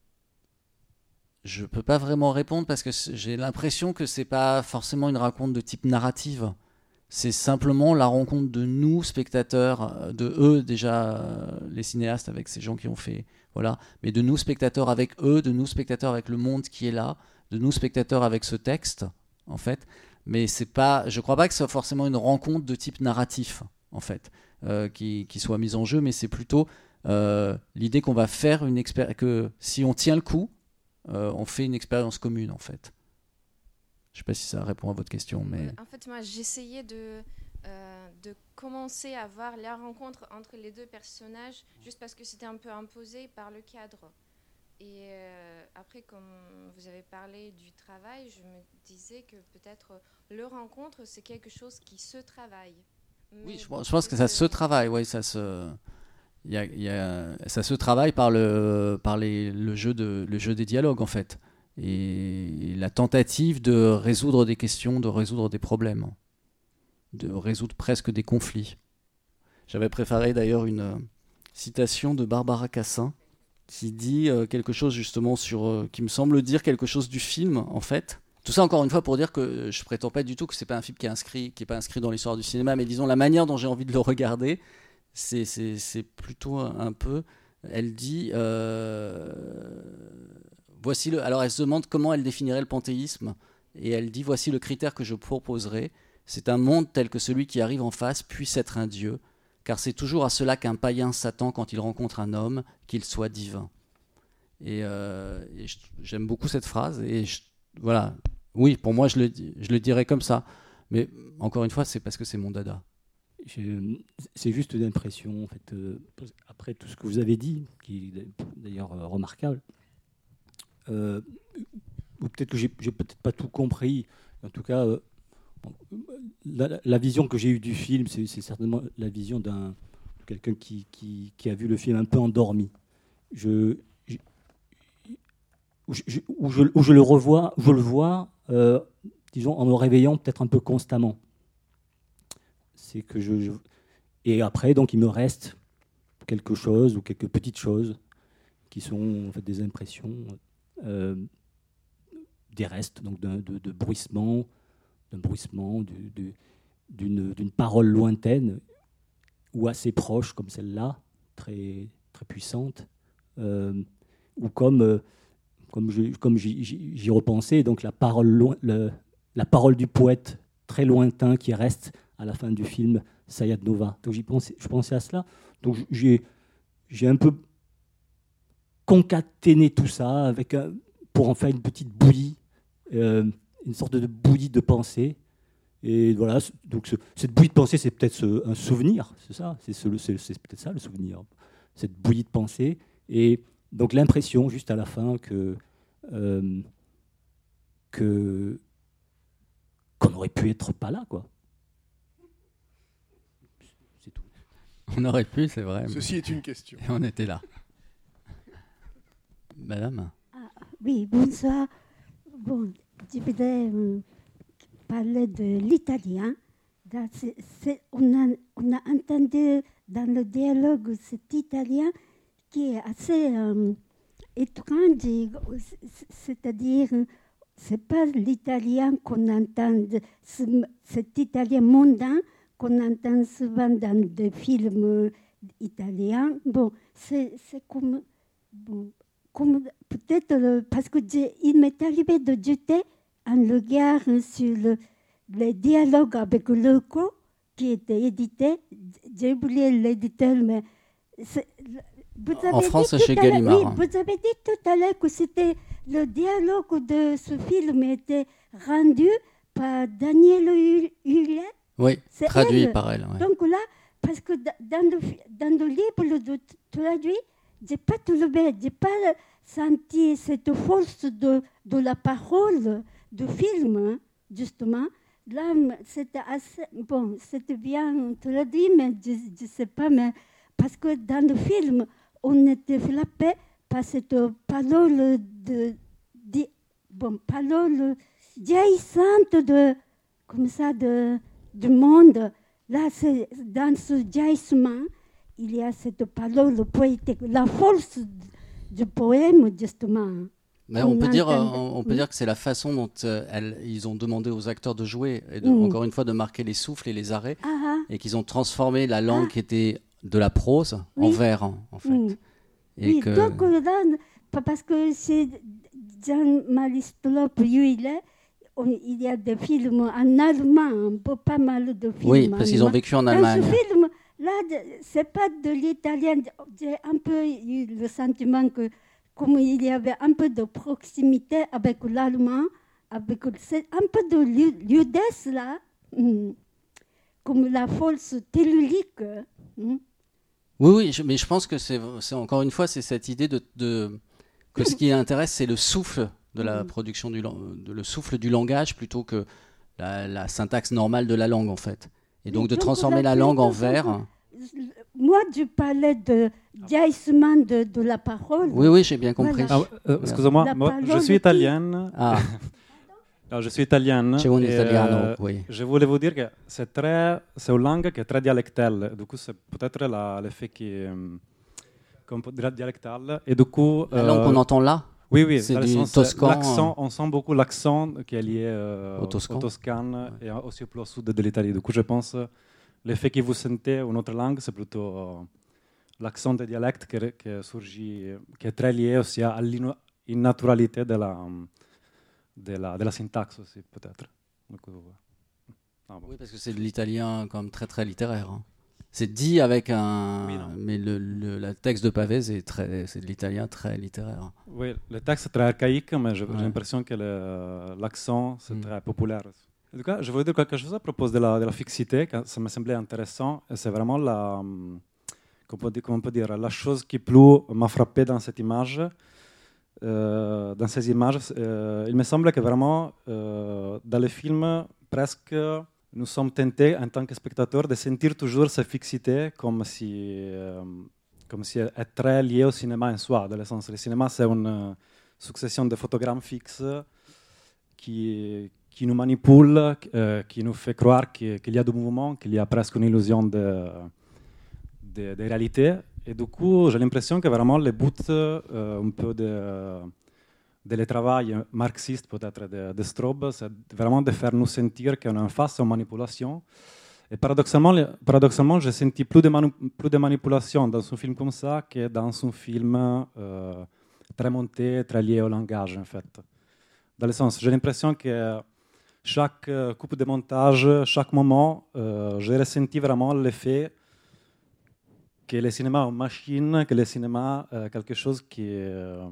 je ne peux pas vraiment répondre parce que j'ai l'impression que ce n'est pas forcément une rencontre de type narrative. C'est simplement la rencontre de nous, spectateurs, de eux déjà, les cinéastes avec ces gens qui ont fait, voilà, mais de nous, spectateurs avec eux, de nous, spectateurs avec le monde qui est là, de nous, spectateurs avec ce texte, en fait. Mais c'est pas, je ne crois pas que ce soit forcément une rencontre de type narratif, en fait, euh, qui, qui soit mise en jeu, mais c'est plutôt euh, l'idée qu'on va faire une expérience, que si on tient le coup, euh, on fait une expérience commune, en fait. Je ne sais pas si ça répond à votre question, mais... En fait, moi, j'essayais de, euh, de commencer à voir la rencontre entre les deux personnages, juste parce que c'était un peu imposé par le cadre. Et euh, après, comme vous avez parlé du travail, je me disais que peut-être leur rencontre, c'est quelque chose qui se travaille. Oui, je, je pense que ça se travaille, oui, ça se... Y a, y a, ça se travaille par, le, par les, le, jeu de, le jeu des dialogues, en fait. Et la tentative de résoudre des questions, de résoudre des problèmes, de résoudre presque des conflits. J'avais préparé d'ailleurs une euh, citation de Barbara Cassin qui dit euh, quelque chose justement sur, euh, qui me semble dire quelque chose du film en fait. Tout ça encore une fois pour dire que je prétends pas du tout que c'est pas un film qui est inscrit, qui est pas inscrit dans l'histoire du cinéma, mais disons la manière dont j'ai envie de le regarder, c'est, c'est, c'est plutôt un, un peu. Elle dit. Euh, Voici le... Alors elle se demande comment elle définirait le panthéisme et elle dit voici le critère que je proposerai, c'est un monde tel que celui qui arrive en face puisse être un dieu, car c'est toujours à cela qu'un païen s'attend quand il rencontre un homme, qu'il soit divin. Et, euh, et je, j'aime beaucoup cette phrase et je, voilà, oui pour moi je le, je le dirais comme ça, mais encore une fois c'est parce que c'est mon dada. Je, c'est juste une impression en fait, euh, après tout ce que vous avez dit, qui est d'ailleurs euh, remarquable. Euh, ou peut-être que j'ai, j'ai peut-être pas tout compris. En tout cas, euh, la, la vision que j'ai eue du film, c'est, c'est certainement la vision d'un de quelqu'un qui, qui, qui a vu le film un peu endormi. Je, je, où, je, où, je, où je le revois, je le vois, euh, disons, en me réveillant peut-être un peu constamment. C'est que je, je et après, donc, il me reste quelque chose ou quelques petites choses qui sont en fait des impressions. Euh, des restes donc d'un, de, de bruissement, d'un bruissement, du, de, d'une, d'une parole lointaine ou assez proche comme celle-là, très, très puissante, euh, ou comme, euh, comme, je, comme j'y, j'y repensais, donc la parole, loin, le, la parole du poète très lointain qui reste à la fin du film Sayad Nova. Donc j'y pensais, je pensais à cela. Donc j'ai, j'ai un peu concaténer tout ça avec un, pour en faire une petite bouillie, euh, une sorte de bouillie de pensée. Et voilà, donc ce, cette bouillie de pensée, c'est peut-être ce, un souvenir, c'est ça, c'est, ce, c'est, c'est peut-être ça le souvenir, cette bouillie de pensée. Et donc l'impression, juste à la fin, que, euh, que qu'on aurait pu être pas là, quoi. C'est tout. On aurait pu, c'est vrai. Ceci est une question. Et on était là. Madame. Ah, oui, bonsoir. Bon, je voudrais euh, parler de l'italien. Dans ce- c'est- on, a, on a entendu dans le dialogue cet italien qui est assez euh, étrange, et- c- c'est-à-dire c'est pas l'italien qu'on entend, ce- cet italien mondain qu'on entend souvent dans des films italiens. Bon, c'est, c'est comme, bon, comme peut-être euh, parce que j'ai- il m'est arrivé de jeter un regard sur le, les dialogues avec Leco qui était édité. J'ai oublié l'éditeur, mais c'est- vous avez En dit France, tout chez à l'heure- Gallimard, Oui, hein. vous avez dit tout à l'heure que c'était le dialogue de ce film était rendu par Daniel Hu- Hullet. Oui, C'est traduit par elle, ouais. Donc là, parce que da- dans le, fi- dans le livre de t- traduit, j'ai pas trouvé, j'ai pas senti cette force de, de la parole du film, hein, justement. Là, m- c'était assez, bon, c'était bien traduit, mais je ne sais pas, mais parce que dans le film, on était frappé par cette parole de, de bon, parole jaillissante de, comme ça, de, du monde. Là, c'est, dans ce jaillissement, il y a cette parole poétique, la force du poème, justement. Mais on, peut dire, entend... on, on peut dire que c'est la façon dont euh, elle, ils ont demandé aux acteurs de jouer, et de, mm. encore une fois de marquer les souffles et les arrêts, ah, et qu'ils ont transformé la langue ah. qui était de la prose oui. en vers, en fait. Mm. Et oui, que... donc là, parce que c'est dans Maristope, il y a des films en allemand, pas mal de films. Oui, parce qu'ils ont vécu en Allemagne. Dans ce film, là, c'est pas de l'italien. J'ai un peu eu le sentiment que comme il y avait un peu de proximité avec l'allemand, avec un peu de liudesse là, comme la force tellurique. Oui, oui, je, mais je pense que c'est, c'est encore une fois, c'est cette idée de, de que ce qui intéresse, c'est le souffle de la production du de, le souffle du langage plutôt que la, la syntaxe normale de la langue en fait. Et donc, de transformer la langue en vers. Moi, je parlais de jaillissement de, de la parole. Oui, oui, j'ai bien compris. Voilà. Ah, euh, excusez-moi, moi, je suis italienne. Ah. Alors, je suis italienne. C'est un italiano, euh, oui. Je voulais vous dire que c'est, très, c'est une langue qui est très dialectale. Du coup, c'est peut-être la, l'effet qui est comme dialectal. Et du coup, la euh, langue qu'on entend là. Oui, oui, c'est dans du le sens, toscan. L'accent, on sent beaucoup l'accent qui est lié euh, au Toscan, au Toscan ouais. Et aussi au plus sud de l'Italie. Du coup, je pense l'effet que vous sentez en autre langue, c'est plutôt euh, l'accent des dialectes qui, qui surgit, qui est très lié aussi à l'innaturalité de la, de, la, de la syntaxe aussi, peut-être. Du coup, ouais. ah, bon. Oui, parce que c'est de l'italien quand même très, très littéraire. Hein. C'est dit avec un... Oui, mais le, le, le texte de Pavese, est très, c'est de l'italien très littéraire. Oui, le texte est très archaïque, mais j'ai, ouais. j'ai l'impression que le, l'accent, c'est mm. très populaire. En tout cas, je voulais dire quelque chose à propos de la, de la fixité, ça me semblait intéressant. Et c'est vraiment la, comment on peut dire, la chose qui plus m'a frappé dans cette image. Euh, dans ces images, euh, il me semble que vraiment, euh, dans les films, presque... nous sommes tentés, en tant que spectateurs, de sentir toujours cette fixité comme si, euh, comme si elle est très liée au cinéma en soi. Dans le sens, le cinéma, c'est une euh, succession de photogrammes fixes qui, qui nous manipulent, euh, qui nous fait croire qu'il, qu'il y a du mouvement, qu'il y a presque une illusion de, de, de réalité. Et du coup, j'ai l'impression que vraiment le but euh, un peu de... de le travail marxiste peut-être de, de Straub, c'est vraiment de faire nous sentir qu'on est en face aux manipulations. Et paradoxalement, paradoxalement j'ai senti plus de, manu, plus de manipulation dans un film comme ça que dans un film euh, très monté, très lié au langage, en fait. Dans le sens, j'ai l'impression que chaque euh, coupe de montage, chaque moment, euh, j'ai ressenti vraiment l'effet que le cinéma est une machine, que le cinéma est quelque chose qui est... Euh,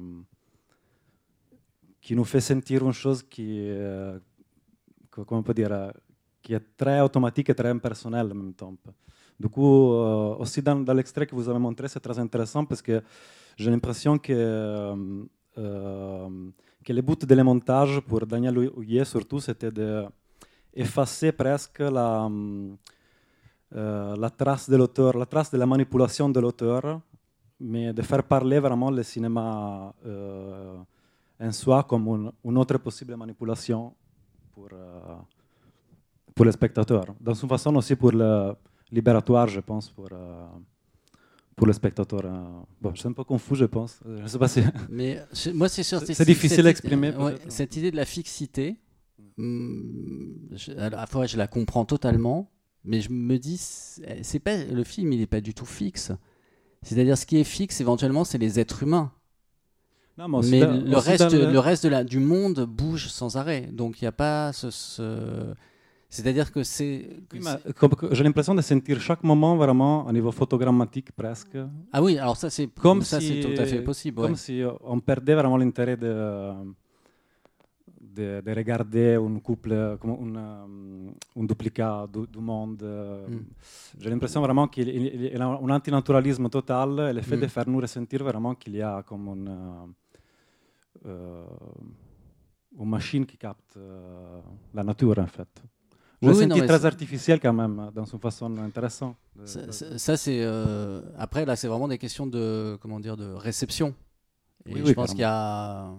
qui nous fait sentir une chose qui, euh, comment on peut dire, euh, qui est très automatique et très impersonnelle en même temps. Du coup, euh, aussi dans, dans l'extrait que vous avez montré, c'est très intéressant parce que j'ai l'impression que, euh, que le but de le montage pour Daniel Houillet, surtout, c'était d'effacer presque la, euh, la trace de l'auteur, la trace de la manipulation de l'auteur, mais de faire parler vraiment le cinéma euh, en soi comme une, une autre possible manipulation pour, euh, pour le spectateur. Dans une façon aussi pour le libératoire, je pense, pour, euh, pour le spectateur. Euh. Bon, je suis un peu confus, je pense. Je ne sais pas si... Mais je, moi, c'est sûr. C'est, c'est difficile à exprimer. Ouais, cette idée de la fixité, je, à la fois, je la comprends totalement, mais je me dis, c'est pas, le film, il n'est pas du tout fixe. C'est-à-dire, ce qui est fixe, éventuellement, c'est les êtres humains. Non, mais, mais dans, le, reste, le... le reste de la, du monde bouge sans arrêt. Donc il n'y a pas ce... ce... C'est-à-dire que c'est... Que oui, c'est... Comme, j'ai l'impression de sentir chaque moment vraiment au niveau photogrammatique presque. Ah oui, alors ça c'est, comme ça, si, c'est tout à fait possible. Comme ouais. si on perdait vraiment l'intérêt de, de, de regarder un couple, comme un, un duplicat du, du monde. Mm. J'ai l'impression vraiment qu'il y a un antinaturalisme total et le fait mm. de faire nous ressentir vraiment qu'il y a comme un... Euh, une machine qui capte euh, la nature en fait. Je oui, senti oui, très c'est... artificiel quand même, dans une façon intéressante. De, ça, de... ça c'est euh, après là c'est vraiment des questions de comment dire de réception. Et oui, je oui, pense qu'il y a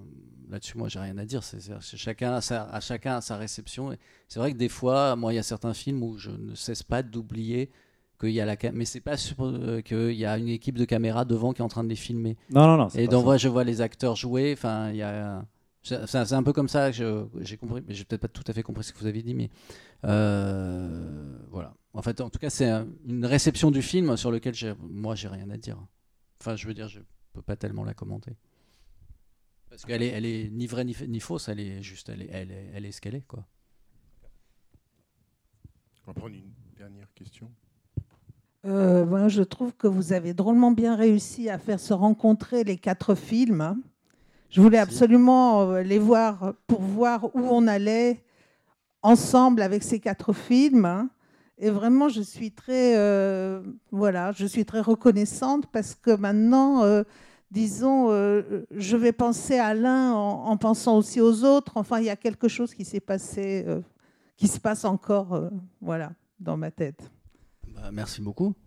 là-dessus, moi, j'ai rien à dire. C'est, c'est, c'est chacun a sa, à chacun a sa réception. Et c'est vrai que des fois, moi, il y a certains films où je ne cesse pas d'oublier qu'il y a la, mais c'est pas sur, euh, qu'il y a une équipe de caméras devant qui est en train de les filmer. Non, non, non. Et donc, moi, je vois les acteurs jouer. Enfin, il y a. C'est, c'est un peu comme ça que je, j'ai compris, mais j'ai peut-être pas tout à fait compris ce que vous avez dit, mais euh, voilà. En fait, en tout cas, c'est un, une réception du film sur lequel j'ai, moi, j'ai rien à dire. Enfin, je veux dire, je peux pas tellement la commenter parce qu'elle est, elle est ni vraie ni, ni fausse, elle est juste, elle est, elle est, elle est ce qu'elle est, quoi. On va prendre une dernière question. Euh, ben, je trouve que vous avez drôlement bien réussi à faire se rencontrer les quatre films. Hein. Je voulais absolument les voir pour voir où on allait ensemble avec ces quatre films. Hein. Et vraiment, je suis très, euh, voilà, je suis très reconnaissante parce que maintenant, euh, disons, euh, je vais penser à l'un en, en pensant aussi aux autres. Enfin, il y a quelque chose qui s'est passé, euh, qui se passe encore, euh, voilà, dans ma tête. Bah, merci beaucoup.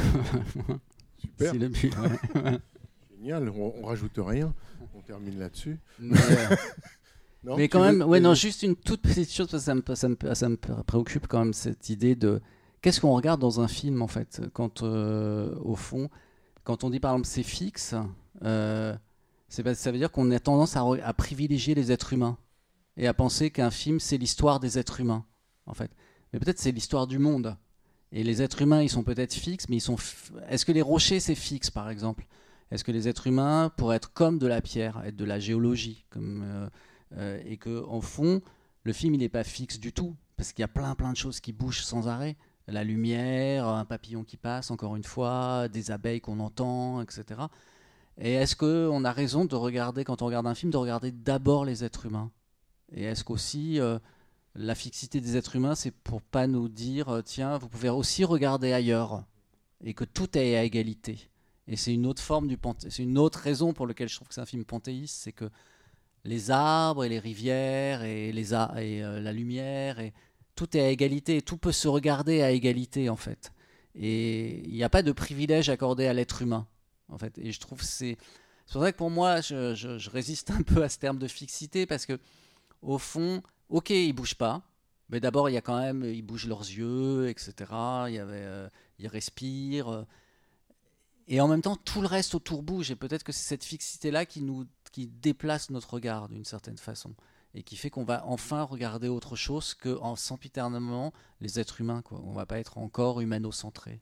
Super. C'est le but, ouais. Génial, on, on rajoute rien. On termine là-dessus. Mais, euh, non, mais quand même, ouais, non, juste une toute petite chose, parce que ça me, ça, me, ça me préoccupe quand même, cette idée de qu'est-ce qu'on regarde dans un film, en fait, quand, euh, au fond, quand on dit par exemple c'est fixe, euh, c'est, ça veut dire qu'on a tendance à, à privilégier les êtres humains et à penser qu'un film, c'est l'histoire des êtres humains, en fait. Mais peut-être c'est l'histoire du monde. Et les êtres humains, ils sont peut-être fixes, mais ils sont. F... Est-ce que les rochers, c'est fixe, par exemple ? Est-ce que les êtres humains pourraient être comme de la pierre, être de la géologie, comme, euh, euh, et qu'en fond, le film, il n'est pas fixe du tout, parce qu'il y a plein, plein de choses qui bougent sans arrêt. La lumière, un papillon qui passe, encore une fois, des abeilles qu'on entend, et cetera. Et est-ce qu'on a raison de regarder, quand on regarde un film, de regarder d'abord les êtres humains ? Et est-ce qu'aussi, euh, la fixité des êtres humains, c'est pour pas nous dire, euh, tiens, vous pouvez aussi regarder ailleurs, et que tout est à égalité ? Et c'est une autre forme du panthé... c'est une autre raison pour laquelle je trouve que c'est un film panthéiste, c'est que les arbres et les rivières et, les a... et euh, la lumière, et tout est à égalité, tout peut se regarder à égalité en fait. Et il n'y a pas de privilège accordé à l'être humain en fait. Et je trouve que c'est c'est pour ça que pour moi je, je, je résiste un peu à ce terme de fixité parce que au fond, ok, ils bougent pas, mais d'abord il y a quand même, ils bougent leurs yeux, et cetera. Il y avait, euh, ils respirent. Euh, Et en même temps, tout le reste autour bouge. Et peut-être que c'est cette fixité-là qui nous qui déplace notre regard d'une certaine façon. Et qui fait qu'on va enfin regarder autre chose qu'en sempiternellement les êtres humains, quoi. On ne va pas être encore humano-centré.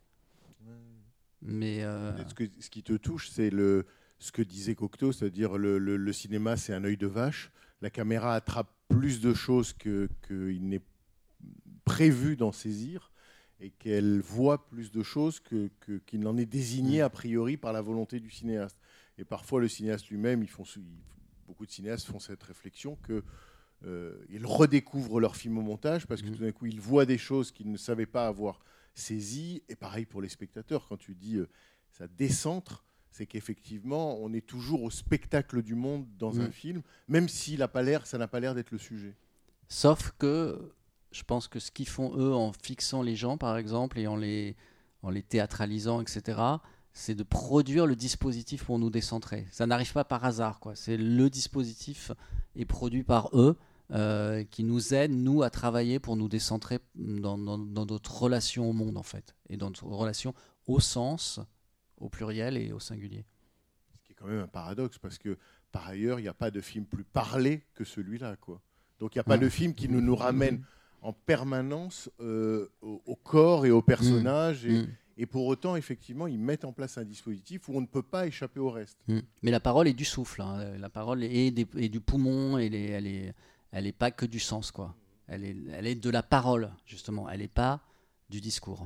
Mais euh... ce, que, ce qui te touche, c'est le, ce que disait Cocteau, c'est-à-dire le, le, le cinéma, c'est un œil de vache. La caméra attrape plus de choses que, qu'il n'est prévu d'en saisir. Et qu'elle voit plus de choses que, que, qu'il n'en est désigné a priori par la volonté du cinéaste. Et parfois, le cinéaste lui-même, ils font, ils, beaucoup de cinéastes font cette réflexion qu'ils euh, redécouvrent leur film au montage parce que tout d'un coup, ils voient des choses qu'ils ne savaient pas avoir saisies. Et pareil pour les spectateurs, quand tu dis euh, ça décentre, c'est qu'effectivement, on est toujours au spectacle du monde dans mmh. un film, même si n'a pas l'air, ça n'a pas l'air d'être le sujet. Sauf que... Je pense que ce qu'ils font, eux, en fixant les gens, par exemple, et en les, en les théâtralisant, et cetera, c'est de produire le dispositif pour nous décentrer. Ça n'arrive pas par hasard, quoi. C'est le dispositif est produit par eux euh, qui nous aide, nous, à travailler pour nous décentrer dans, dans, dans notre relation au monde, en fait, et dans notre relation au sens, au pluriel et au singulier. Ce qui est quand même un paradoxe, parce que, par ailleurs, il n'y a pas de film plus parlé que celui-là, quoi. Donc, il n'y a pas mmh. de film qui nous, nous ramène en permanence euh, au, au corps et aux personnages. Mmh. Et, mmh. et pour autant, effectivement, ils mettent en place un dispositif où on ne peut pas échapper au reste. Mmh. Mais la parole est du souffle. Hein. La parole est, des, est du poumon. Et les, elle n'est elle est pas que du sens, quoi. Elle est, elle est de la parole, justement. Elle n'est pas du discours.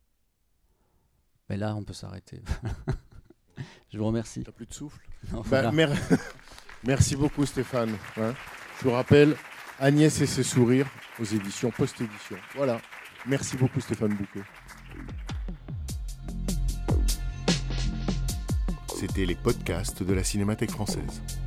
Mais là, on peut s'arrêter. Je vous remercie. Tu n'as plus de souffle non, bah, voilà. mer- Merci beaucoup, Stéphane. Hein. Je vous rappelle... Agnès et ses sourires aux éditions Post-Édition. Voilà. Merci beaucoup Stéphane Bouquet. C'était les podcasts de la Cinémathèque française.